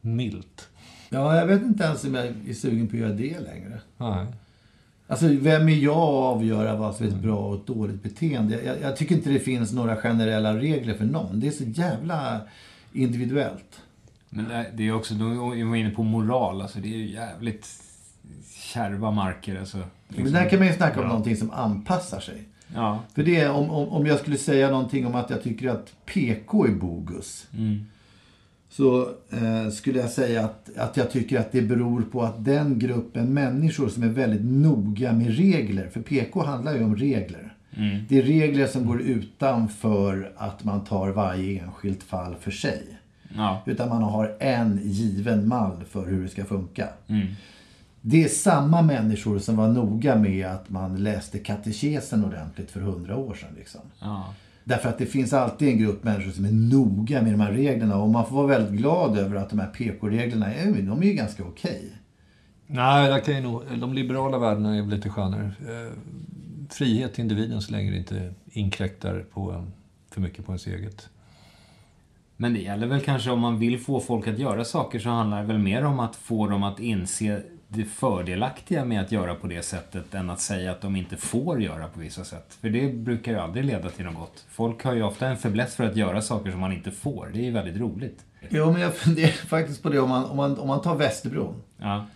milt. Ja, jag vet inte ens om jag är sugen på att göra det längre. Nej. Alltså, vem är jag att avgöra vad som är ett bra och ett dåligt beteende? Jag tycker inte det finns några generella regler för någon. Det är så jävla individuellt. Men det är också, då är man inne på moral. Alltså, det är ju jävligt kärva marker. Alltså, liksom. Men där kan man ju snacka om någonting som anpassar sig. Ja. För det är, om jag skulle säga någonting om att jag tycker att PK är bogus. Så skulle jag säga att jag tycker att det beror på att den gruppen människor som är väldigt noga med regler. För PK handlar ju om regler. Det är regler som går utanför att man tar varje enskilt fall för sig. Ja. Utan man har en given mall för hur det ska funka. Det är samma människor som var noga med att man läste katekesen ordentligt för 100 år sedan. Liksom. Ja. Därför att det finns alltid en grupp människor som är noga med de här reglerna. Och man får vara väldigt glad över att de här PK-reglerna de är ju ganska okej. Nej, jag kan ju nog, de liberala värdena är lite skönare. Frihet till individen så länge det inte inkräktar på för mycket på ens eget. Men det gäller väl kanske om man vill få folk att göra saker, så handlar det väl mer om att få dem att inse det fördelaktiga med att göra på det sättet än att säga att de inte får göra på vissa sätt. För det brukar ju aldrig leda till något gott. Folk har ju ofta en fäbless för att göra saker som man inte får. Det är ju väldigt roligt. Jo, men jag funderar faktiskt på det om man tar Västerbron. Ja.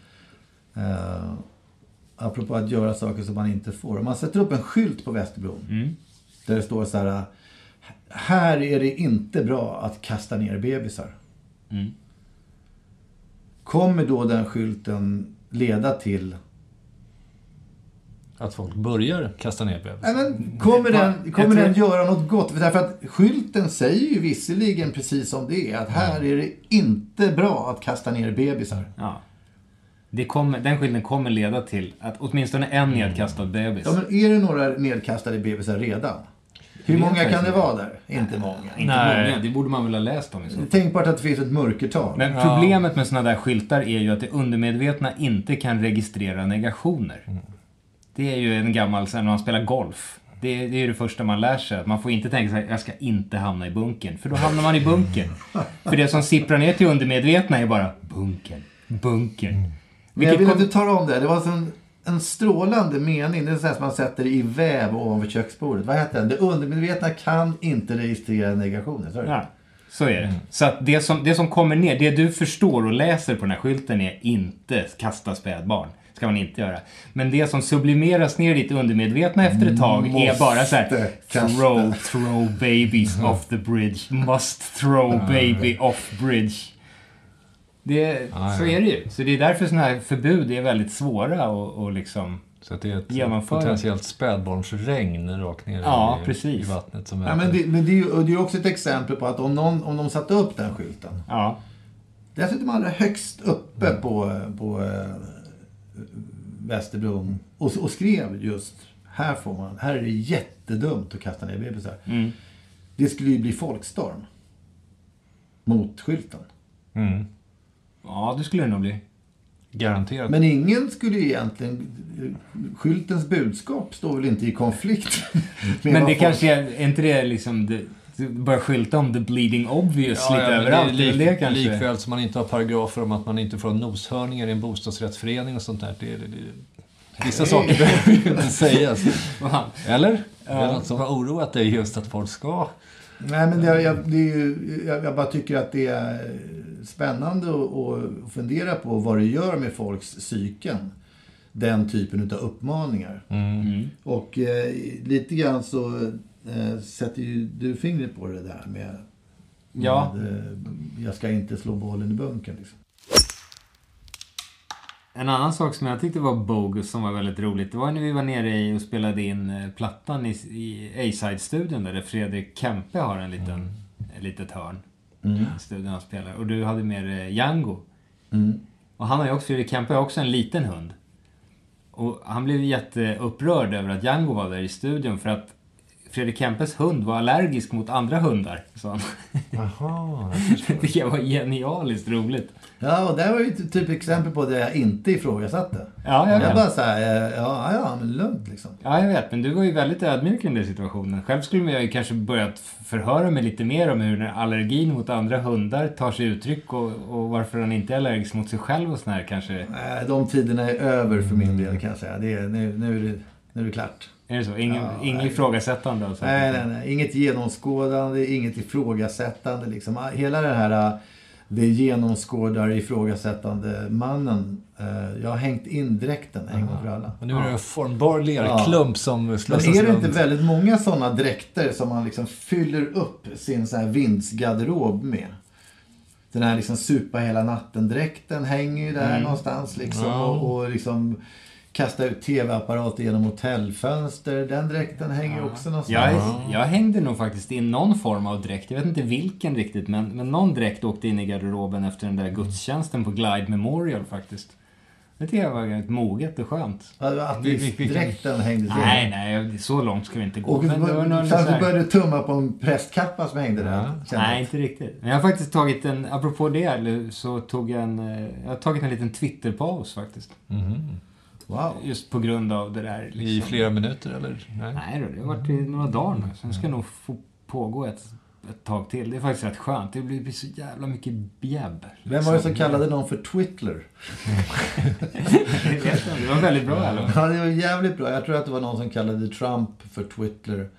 Apropå att göra saker som man inte får. Om man sätter upp en skylt på Västerbron. Där det står så här: här är det inte bra att kasta ner bebisar. Kommer då den skylten leda till att folk börjar kasta ner bebisar? Nej, men kommer den göra något gott? För därför att skylten säger ju visserligen precis som det är. Att här är det inte bra att kasta ner bebisar. Ja. Den skylten kommer leda till att åtminstone en nedkastad bebis. Ja, men är det några nedkastade bebisar redan? Hur många kan det vara där? Inte många. Inte många, det borde man väl ha läst om. Tänk bara att det finns ett mörkertal. Men problemet med såna där skyltar är ju att det undermedvetna inte kan registrera negationer. Det är ju en gammal, när man spelar golf. Det är ju det första man lär sig. Att man får inte tänka sig att jag ska inte hamna i bunkern. För då hamnar man i bunkern. För det som sipprar ner till undermedvetna är bara bunkern. Men jag vill att du tar om det. Det var som en strålande mening. Det är så här som man sätter i väv ovanför köksbordet. Vad heter den? Det undermedvetna kan inte registrera negationer. Så är det. Ja, så är det. Så att det som kommer ner, det du förstår och läser på den här skylten är inte kasta spädbarn. Ska man inte göra. Men det som sublimeras ner i ditt undermedvetna efter ett tag är bara så här: throw babies off the bridge. Must throw baby off bridge. Så är det ju. Så det är därför sådana här förbud är väldigt svåra och liksom så att det är ett genomföra. Potentiellt spädbarnsregn rakt ner i vattnet. Som men det är ju också ett exempel på att om de satte upp den skylten. Ja. Dessutom allra högst uppe på Västerbron och skrev just här är det jättedumt att kasta ner bebisar. Det skulle ju bli folkstorm mot skylten. Ja, det skulle det nog bli. Garanterat. Men ingen skulle egentligen... Skyltens budskap står väl inte i konflikt med men det kanske är inte det liksom... Börja skylta om the bleeding obvious lite överallt. Det kanske. Likväl som man inte har paragrafer om att man inte får noshörningar i en bostadsrättsförening och sånt där. Vissa saker behöver ju inte sägas. Eller? Det är något som har oroat dig just att folk ska... Nej, men jag bara tycker att det är spännande att fundera på vad det gör med folks psyken. Den typen av uppmaningar. Och lite grann så sätter ju du fingret på det där med jag ska inte slå bollen i bunkern liksom. En annan sak som jag tyckte var bogus som var väldigt roligt, det var när vi var nere och spelade in plattan i A-side-studion där Fredrik Kempe har en litet hörn. Studion han spelar. Och du hade med Django. Och Fredrik Kempe har också en liten hund. Och han blev jätteupprörd över att Django var där i studion för att Fredrik Kempes hund var allergisk mot andra hundar, sa han. Jaha. Det var genialiskt roligt. Ja, och det var ju typ exempel på det jag inte ifrågasatte. Ja, jag bara såhär, ja, men lugnt liksom. Ja, jag vet, men du var ju väldigt ödmjuk i den där situationen. Själv skulle jag ju kanske börjat förhöra mig lite mer om hur allergin mot andra hundar tar sig uttryck och varför han inte är allergisk mot sig själv och sån här kanske. Nej, de tiderna är över för min del kan jag säga. Nu är det klart. Är det så? Ingen ifrågasättande alltså? Nej. Inget genomskådande, inget ifrågasättande liksom. Hela det här det genomskådar ifrågasättande mannen. Jag har hängt in dräkten en gång för alla. Och nu är det en formbar lerklump som slås. Men är det inte väldigt många sådana dräkter som man liksom fyller upp sin så här vindsgarderob med? Den här liksom supa hela natten-dräkten hänger ju där någonstans liksom. Och liksom kasta ut tv-apparater genom hotellfönster. Den dräkten hänger också någonstans. Jag hängde nog faktiskt i någon form av dräkt. Jag vet inte vilken riktigt, men någon dräkt åkte in i garderoben efter den där gudstjänsten på Glide Memorial faktiskt. Det tycker jag var ett moget och skönt. Att dräkten hängde till. Nej, så långt ska vi inte gå. Och sen började du tumma på en prästkappa som hängde där. Nej, inte riktigt. Men jag har faktiskt tagit apropå det, så tog jag har tagit en liten Twitter-paus faktiskt. Wow. Just på grund av det där. Liksom. I flera minuter eller? Nej, det har varit i några dagar nu. Sen ska nog få pågå ett tag till. Det är faktiskt rätt skönt. Det blir så jävla mycket bjäbb. Liksom. Vem var det som kallade någon för Twittler? Det var väldigt bra, eller? Ja, det var jävligt bra. Jag tror att det var någon som kallade Trump för Twittler.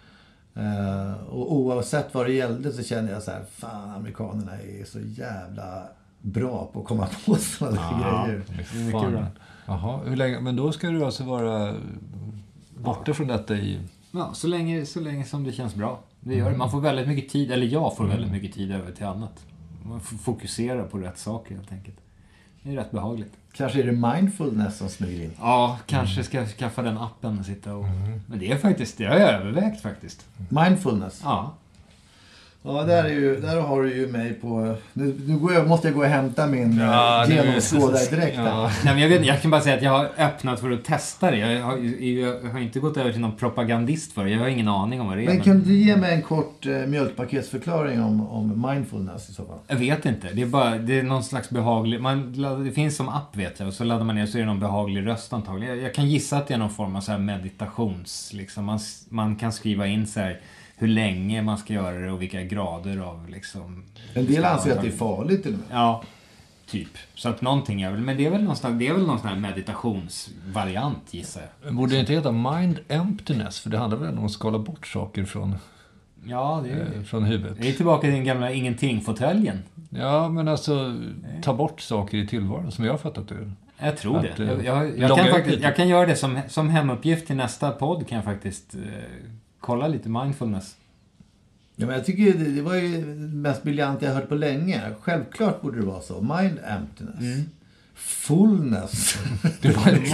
Och oavsett vad det gällde så kände jag så här, fan, amerikanerna är så jävla bra på att komma på sådana grejer. Det är mycket bra. Jaha, hur länge? Men då ska du alltså vara borta från detta i... Ja, så länge som det känns bra. Det gör det. Man får väldigt mycket tid, eller jag får väldigt mycket tid över till annat. Man får fokusera på rätt saker helt enkelt. Det är rätt behagligt. Kanske är det mindfulness som smyger in. Ja, kanske ska jag skaffa den appen och sitta och... Men det är faktiskt, det har jag övervägt faktiskt. Mindfulness? Ja. Ja, där har du ju mig på... Nu måste jag gå och hämta min genomskådardräkt. Ja. Nej, men jag kan bara säga att jag har öppnat för att testa det. Jag har inte gått över till någon propagandist för det. Jag har ingen aning om vad det är. Men kan du ge mig en kort mjölkpaketsförklaring om mindfulness i så fall? Jag vet inte. Det är någon slags behaglig... Det finns som app, vet jag. Och så laddar man ner så är det någon behaglig röst antagligen. Jag kan gissa att det är någon form av så här meditations... Liksom. Man kan skriva in så här... hur länge man ska göra det och vilka grader av liksom... En del anser att det är farligt till och med. Ja, typ. Så att någonting är väl... Men det är väl någon sån här meditationsvariant, gissar jag. Borde det inte heta mind emptiness? För det handlar väl om att skala bort saker från... Ja, det är från huvudet. Det är tillbaka till den gamla ingenting-fåtöljen. Ja, men alltså ta bort saker i tillvaron som jag har fattat det. Jag tror det. Jag kan göra det som hemuppgift till nästa podd, kan jag faktiskt kolla lite mindfulness. Ja, men jag tycker det var ju mest briljant jag hört på länge. Självklart borde det vara så. Mind emptiness. Fullness. Det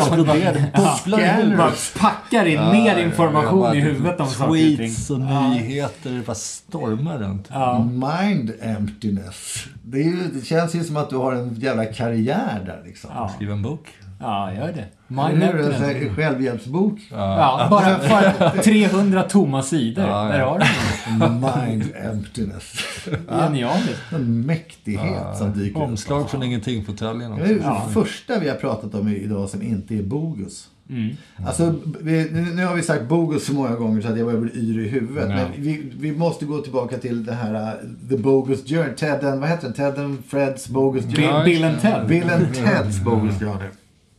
var man packar in mer information i huvudet om saker och ting. Tweets och nyheter, det bara stormar runt. Mind emptiness. Det känns ju som att du har en jävla karriär där liksom. Skriva en bok. Ja, gör det. En självhjälpsbok. Ja, bara för 300 tomma sidor. Där har du Mind emptiness. Genialiskt. En mäktighet som dyker upp. Omslag från ingenting på täljen. Det är det första vi har pratat om idag som inte är bogus. Alltså, nu har vi sagt bogus så många gånger så att jag börjar bli yr i huvudet. Men vi måste gå tillbaka till det här The Bogus Journey. Vad heter den? Ted and Freds Bogus Journey. Bill and Ted. Bill and Teds Bogus Journey.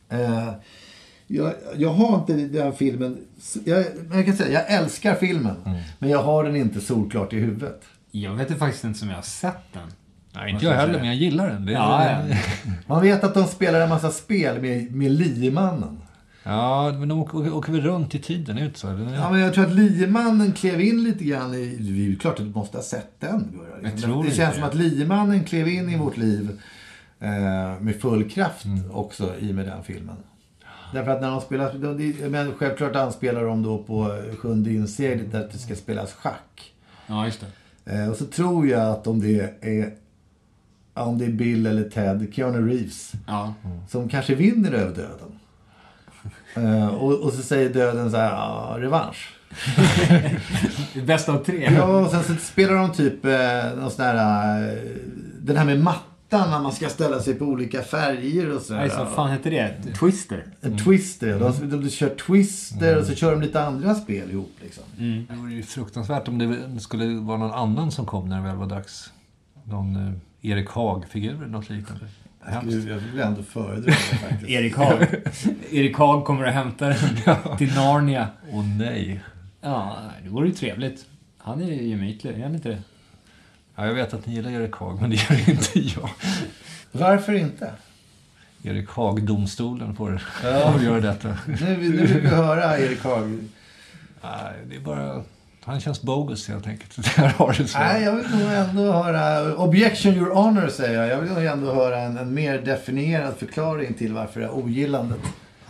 Jag har inte den filmen. Jag kan säga, jag älskar filmen. Men jag har den inte solklart i huvudet. Jag vet faktiskt inte som jag har sett den. Nej, inte jag heller, men jag gillar den. Man vet att de spelar en massa spel med liemannen. Ja, men de åker väl runt i tiden ut så. Ja, men jag tror att liemannen klev in lite grann i... Det är klart att du måste ha sett den. Det känns som att liemannen klev in i vårt liv med full kraft också i med den filmen. Därför att när de spelar... Men självklart anspelar de då på 7:e inseglet där det ska spelas schack. Ja, just det. Och så tror jag att om det är Bill eller Ted, Keanu Reeves, som kanske vinner över döden. Och så säger döden så här, revansch. Bäst av 3. Ja, och sen så spelar de typ någon sån här, den här med mattan när man ska ställa sig på olika färger och så. Nej, så fan heter det? Twister. Twister. De kör Twister och så kör de lite andra spel ihop liksom. Det vore ju fruktansvärt om det skulle vara någon annan som kom när det väl var dags. Någon Erik Haag-figur eller något liknande. Jag vill ändå föredra det faktiskt. Erik Haag kommer att hämta den till Narnia. Åh nej. Ja, det vore ju trevligt. Han är ju gemytlig, är han inte det? Ja, jag vet att ni gillar Erik Haag, men det gör inte jag. Varför inte? Erik Haag-domstolen får göra detta. Nu vill vi höra Erik Haag. Nej, det är bara... Han känns bogus helt enkelt. Där har det så. Nej, jag vill nog ändå höra... Objection, your honor, säger jag. Jag vill nog ändå höra en mer definierad förklaring till varför det är ogillandet.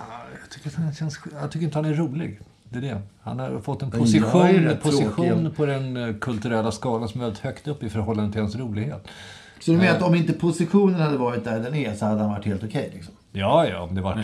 Jag tycker inte han är rolig. Det är det. Han har fått en position på den kulturella skalan som är väldigt högt upp i förhållande till hans rolighet. Så du menar att om inte positionen hade varit där den är så hade han varit helt okej liksom? Ja, om det var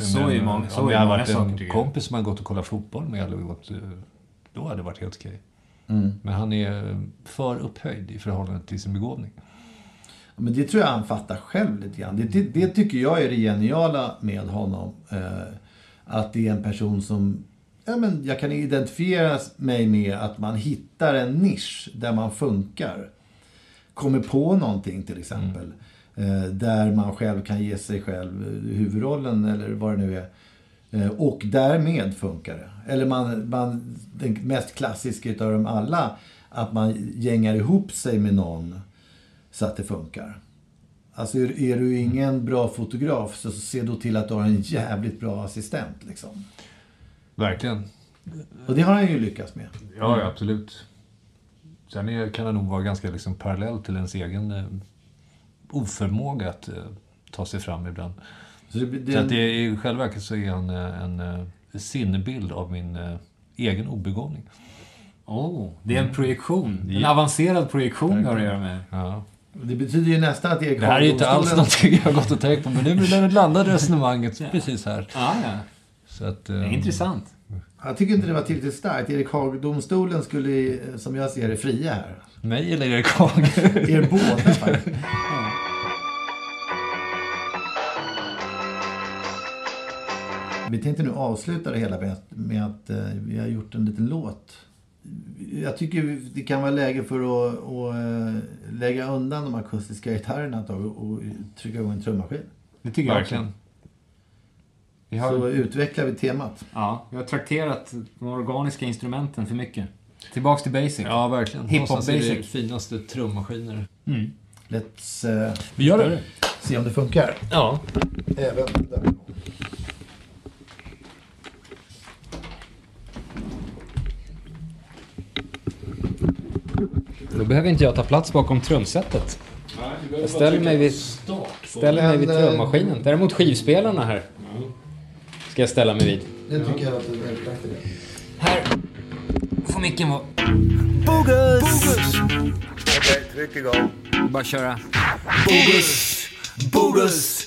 en kompis som man gått och kollat fotboll med eller då hade det varit helt okej. Men han är för upphöjd i förhållande till sin begåvning. Men det tror jag han fattar själv lite grann. Det tycker jag är det geniala med honom. Att det är en person som... Ja, men jag kan identifiera mig med att man hittar en nisch där man funkar. Kommer på någonting till exempel. Där man själv kan ge sig själv huvudrollen eller vad det nu är. Och därmed funkar det. Eller den mest klassiska utav dem alla, att man gängar ihop sig med någon så att det funkar. Alltså är du ingen bra fotograf så se då till att du har en jävligt bra assistent liksom. Verkligen. Och det har han ju lyckats med. Ja, absolut. Sen kan det nog vara ganska liksom parallell till ens egen oförmåga att ta sig fram ibland. Så att i själva verket så är han en sinnebild av min egen obegåvning. Det är en projektion. En avancerad projektion har det att göra med. Ja. Det betyder ju nästan att Erik Haag... Det här är inte alls någonting jag har gått och tänkt på, men nu landade resonemanget precis här. Ja. Så att, det är intressant. Jag tycker inte det var tillräckligt starkt. Erik Haag-domstolen skulle, som jag ser det, fria här. Mig eller Erik Haag? Er båda faktiskt. Vi tänkte nu avsluta det hela med att vi har gjort en liten låt. Jag tycker det kan vara läge för att lägga undan de akustiska gitarrerna och trycka igång en trummaskin. Det tycker jag verkligen. Så utvecklar vi temat. Ja, vi har trakterat de organiska instrumenten för mycket. Tillbaks till basic. Ja, verkligen. Hip-hop basic. Det finaste trummaskiner. Let's vi gör det. Se om det funkar. Ja. Även där. Då behöver inte jag ta plats bakom trumsetet. Jag ställer mig vid trummaskinen. Däremot skivspelarna här ska jag ställa mig vid. Det tycker jag att det är praktiskt. Här får micken vara. Bogus! Okej, tryck igång. Bara köra. Bogus!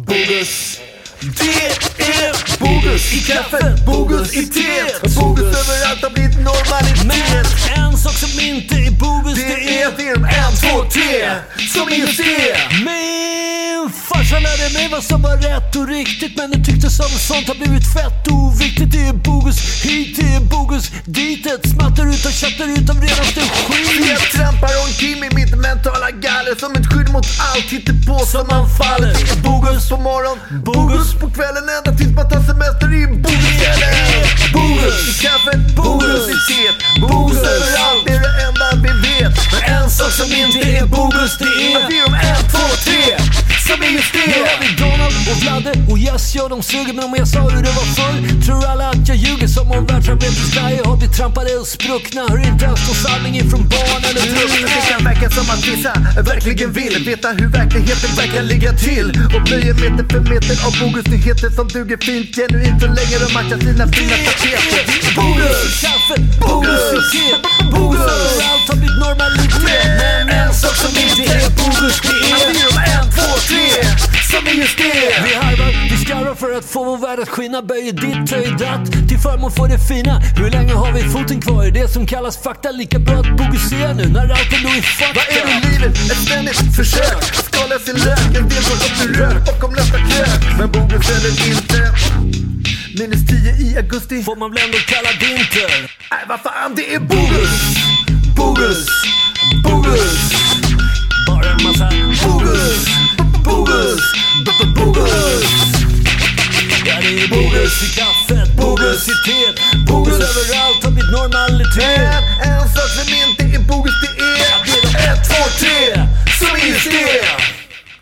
Det är bogus i kaffet, bogus i teet. Bogus överallt har blivit normalitet. Men en sak som inte är bogus, det är film 1, 2, 3 som just är. Min farsa lärde mig vad som var rätt och riktigt, men det tycktes som sånt har blivit fett oviktigt. Det är bogus hit, det är bogus dit. Ett smattar ut och chattar ut av renaste skit. Jag trampar omkring i mitt mentala galler som ett skydd mot allt hittepå som man faller. Det är bogus på morgon, bogus på kvällen, ända tills man tar semester i boguskällen. Bogus i kaffet, bogus i teet. Bogus överallt, det är det enda vi vet. Men en sak som inte är bogus, det är att vi är de 1, 2, 3 som är just det. Nu har vi Donald och Vladde och yes, ja, de suger. Men om jag sa hur det var förr, tror alla att jag ljuger. Som om världsarbetet i Sverige har blivit trampade och spruckna. Hör inte ens någon sanning ifrån barn eller druckna. Det kan verka som att vissa verkligen vill veta hur verkligheten verkar ligga till. Och böjer meter för meter av bogusnyheter som duger fint genuint så länge de matchar sina fina tapeter. Bogus i kaffet, bogus i teet. Bogus överallt har blivit normalitet. Men en sak som inte är bogus, det är att vi är de 1, 2, 3 som är just det. Vi harvar, vi skarvar för att få vår värld att skina. Böjer ditt höjdat till förmån för det fina. Hur länge har vi foten kvar i det som kallas fakta? Lika bra att fokusera nu när allt ändå är fakta. Vad är då livet? Ett ständigt försök att skala sin lök. En del går upp i rök bakom nästa krök. Men bogus eller inte. Minus 10 i augusti får man väl ändå kalla vinter. Nej, vad fan, det är bogus. Bogus, bogus. Bara en massa bogus, bogus, bogus. Ja, det är bogus i kaffet, bogus i teet. Bogus överallt har blivit normalitet. En sak som inte är bogus, det är 1, 2, 3 som är det.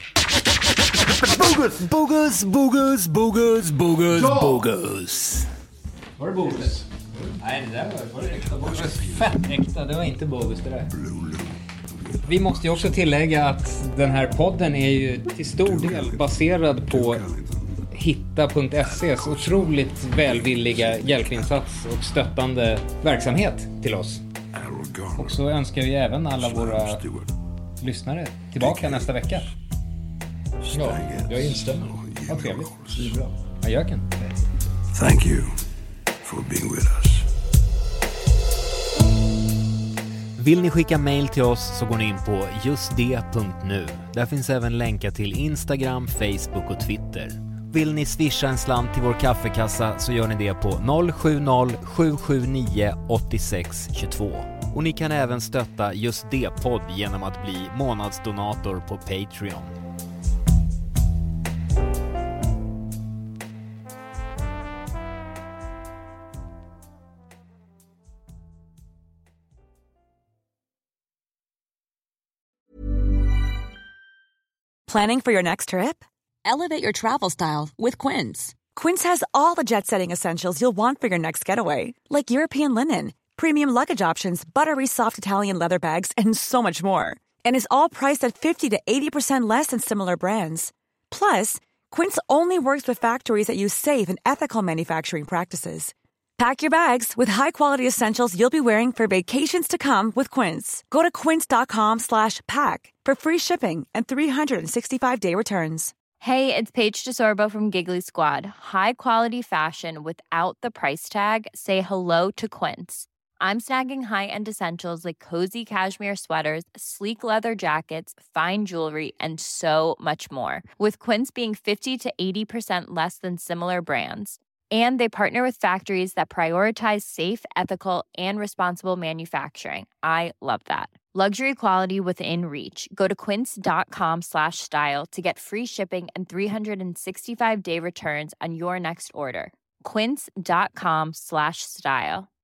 Bogus, bogus, bogus, bogus, bogus, ja. Bogus. Var det bogus? Nej, det där var det äkta bogus. Fett äkta, det var inte bogus det där. Vi måste ju också tillägga att den här podden är ju till stor del baserad på hitta.se's otroligt välvilliga hjälpinsats och stöttande verksamhet till oss. Och så önskar vi även alla våra lyssnare tillbaka nästa vecka. Ja, jag instämmer. Vad trevligt. Det är bra. Adjöken. Thank you for being with us. Vill ni skicka mejl till oss så går ni in på justde.nu. Där finns även länkar till Instagram, Facebook och Twitter. Vill ni swisha en slant till vår kaffekassa så gör ni det på 070-779-8622. Och ni kan även stötta Just det-podd genom att bli månadsdonator på Patreon. Planning for your next trip? Elevate your travel style with Quince. Quince has all the jet-setting essentials you'll want for your next getaway, like European linen, premium luggage options, buttery soft Italian leather bags, and so much more. And is all priced at 50 to 80% less than similar brands. Plus, Quince only works with factories that use safe and ethical manufacturing practices. Pack your bags with high-quality essentials you'll be wearing for vacations to come with Quince. Go to quince.com/pack for free shipping and 365-day returns. Hey, it's Paige DeSorbo from Giggly Squad. High quality fashion without the price tag. Say hello to Quince. I'm snagging high-end essentials like cozy cashmere sweaters, sleek leather jackets, fine jewelry, and so much more. With Quince being 50 to 80% less than similar brands. And they partner with factories that prioritize safe, ethical, and responsible manufacturing. I love that. Luxury quality within reach. Go to quince.com/style to get free shipping and 365-day returns on your next order. Quince.com/style.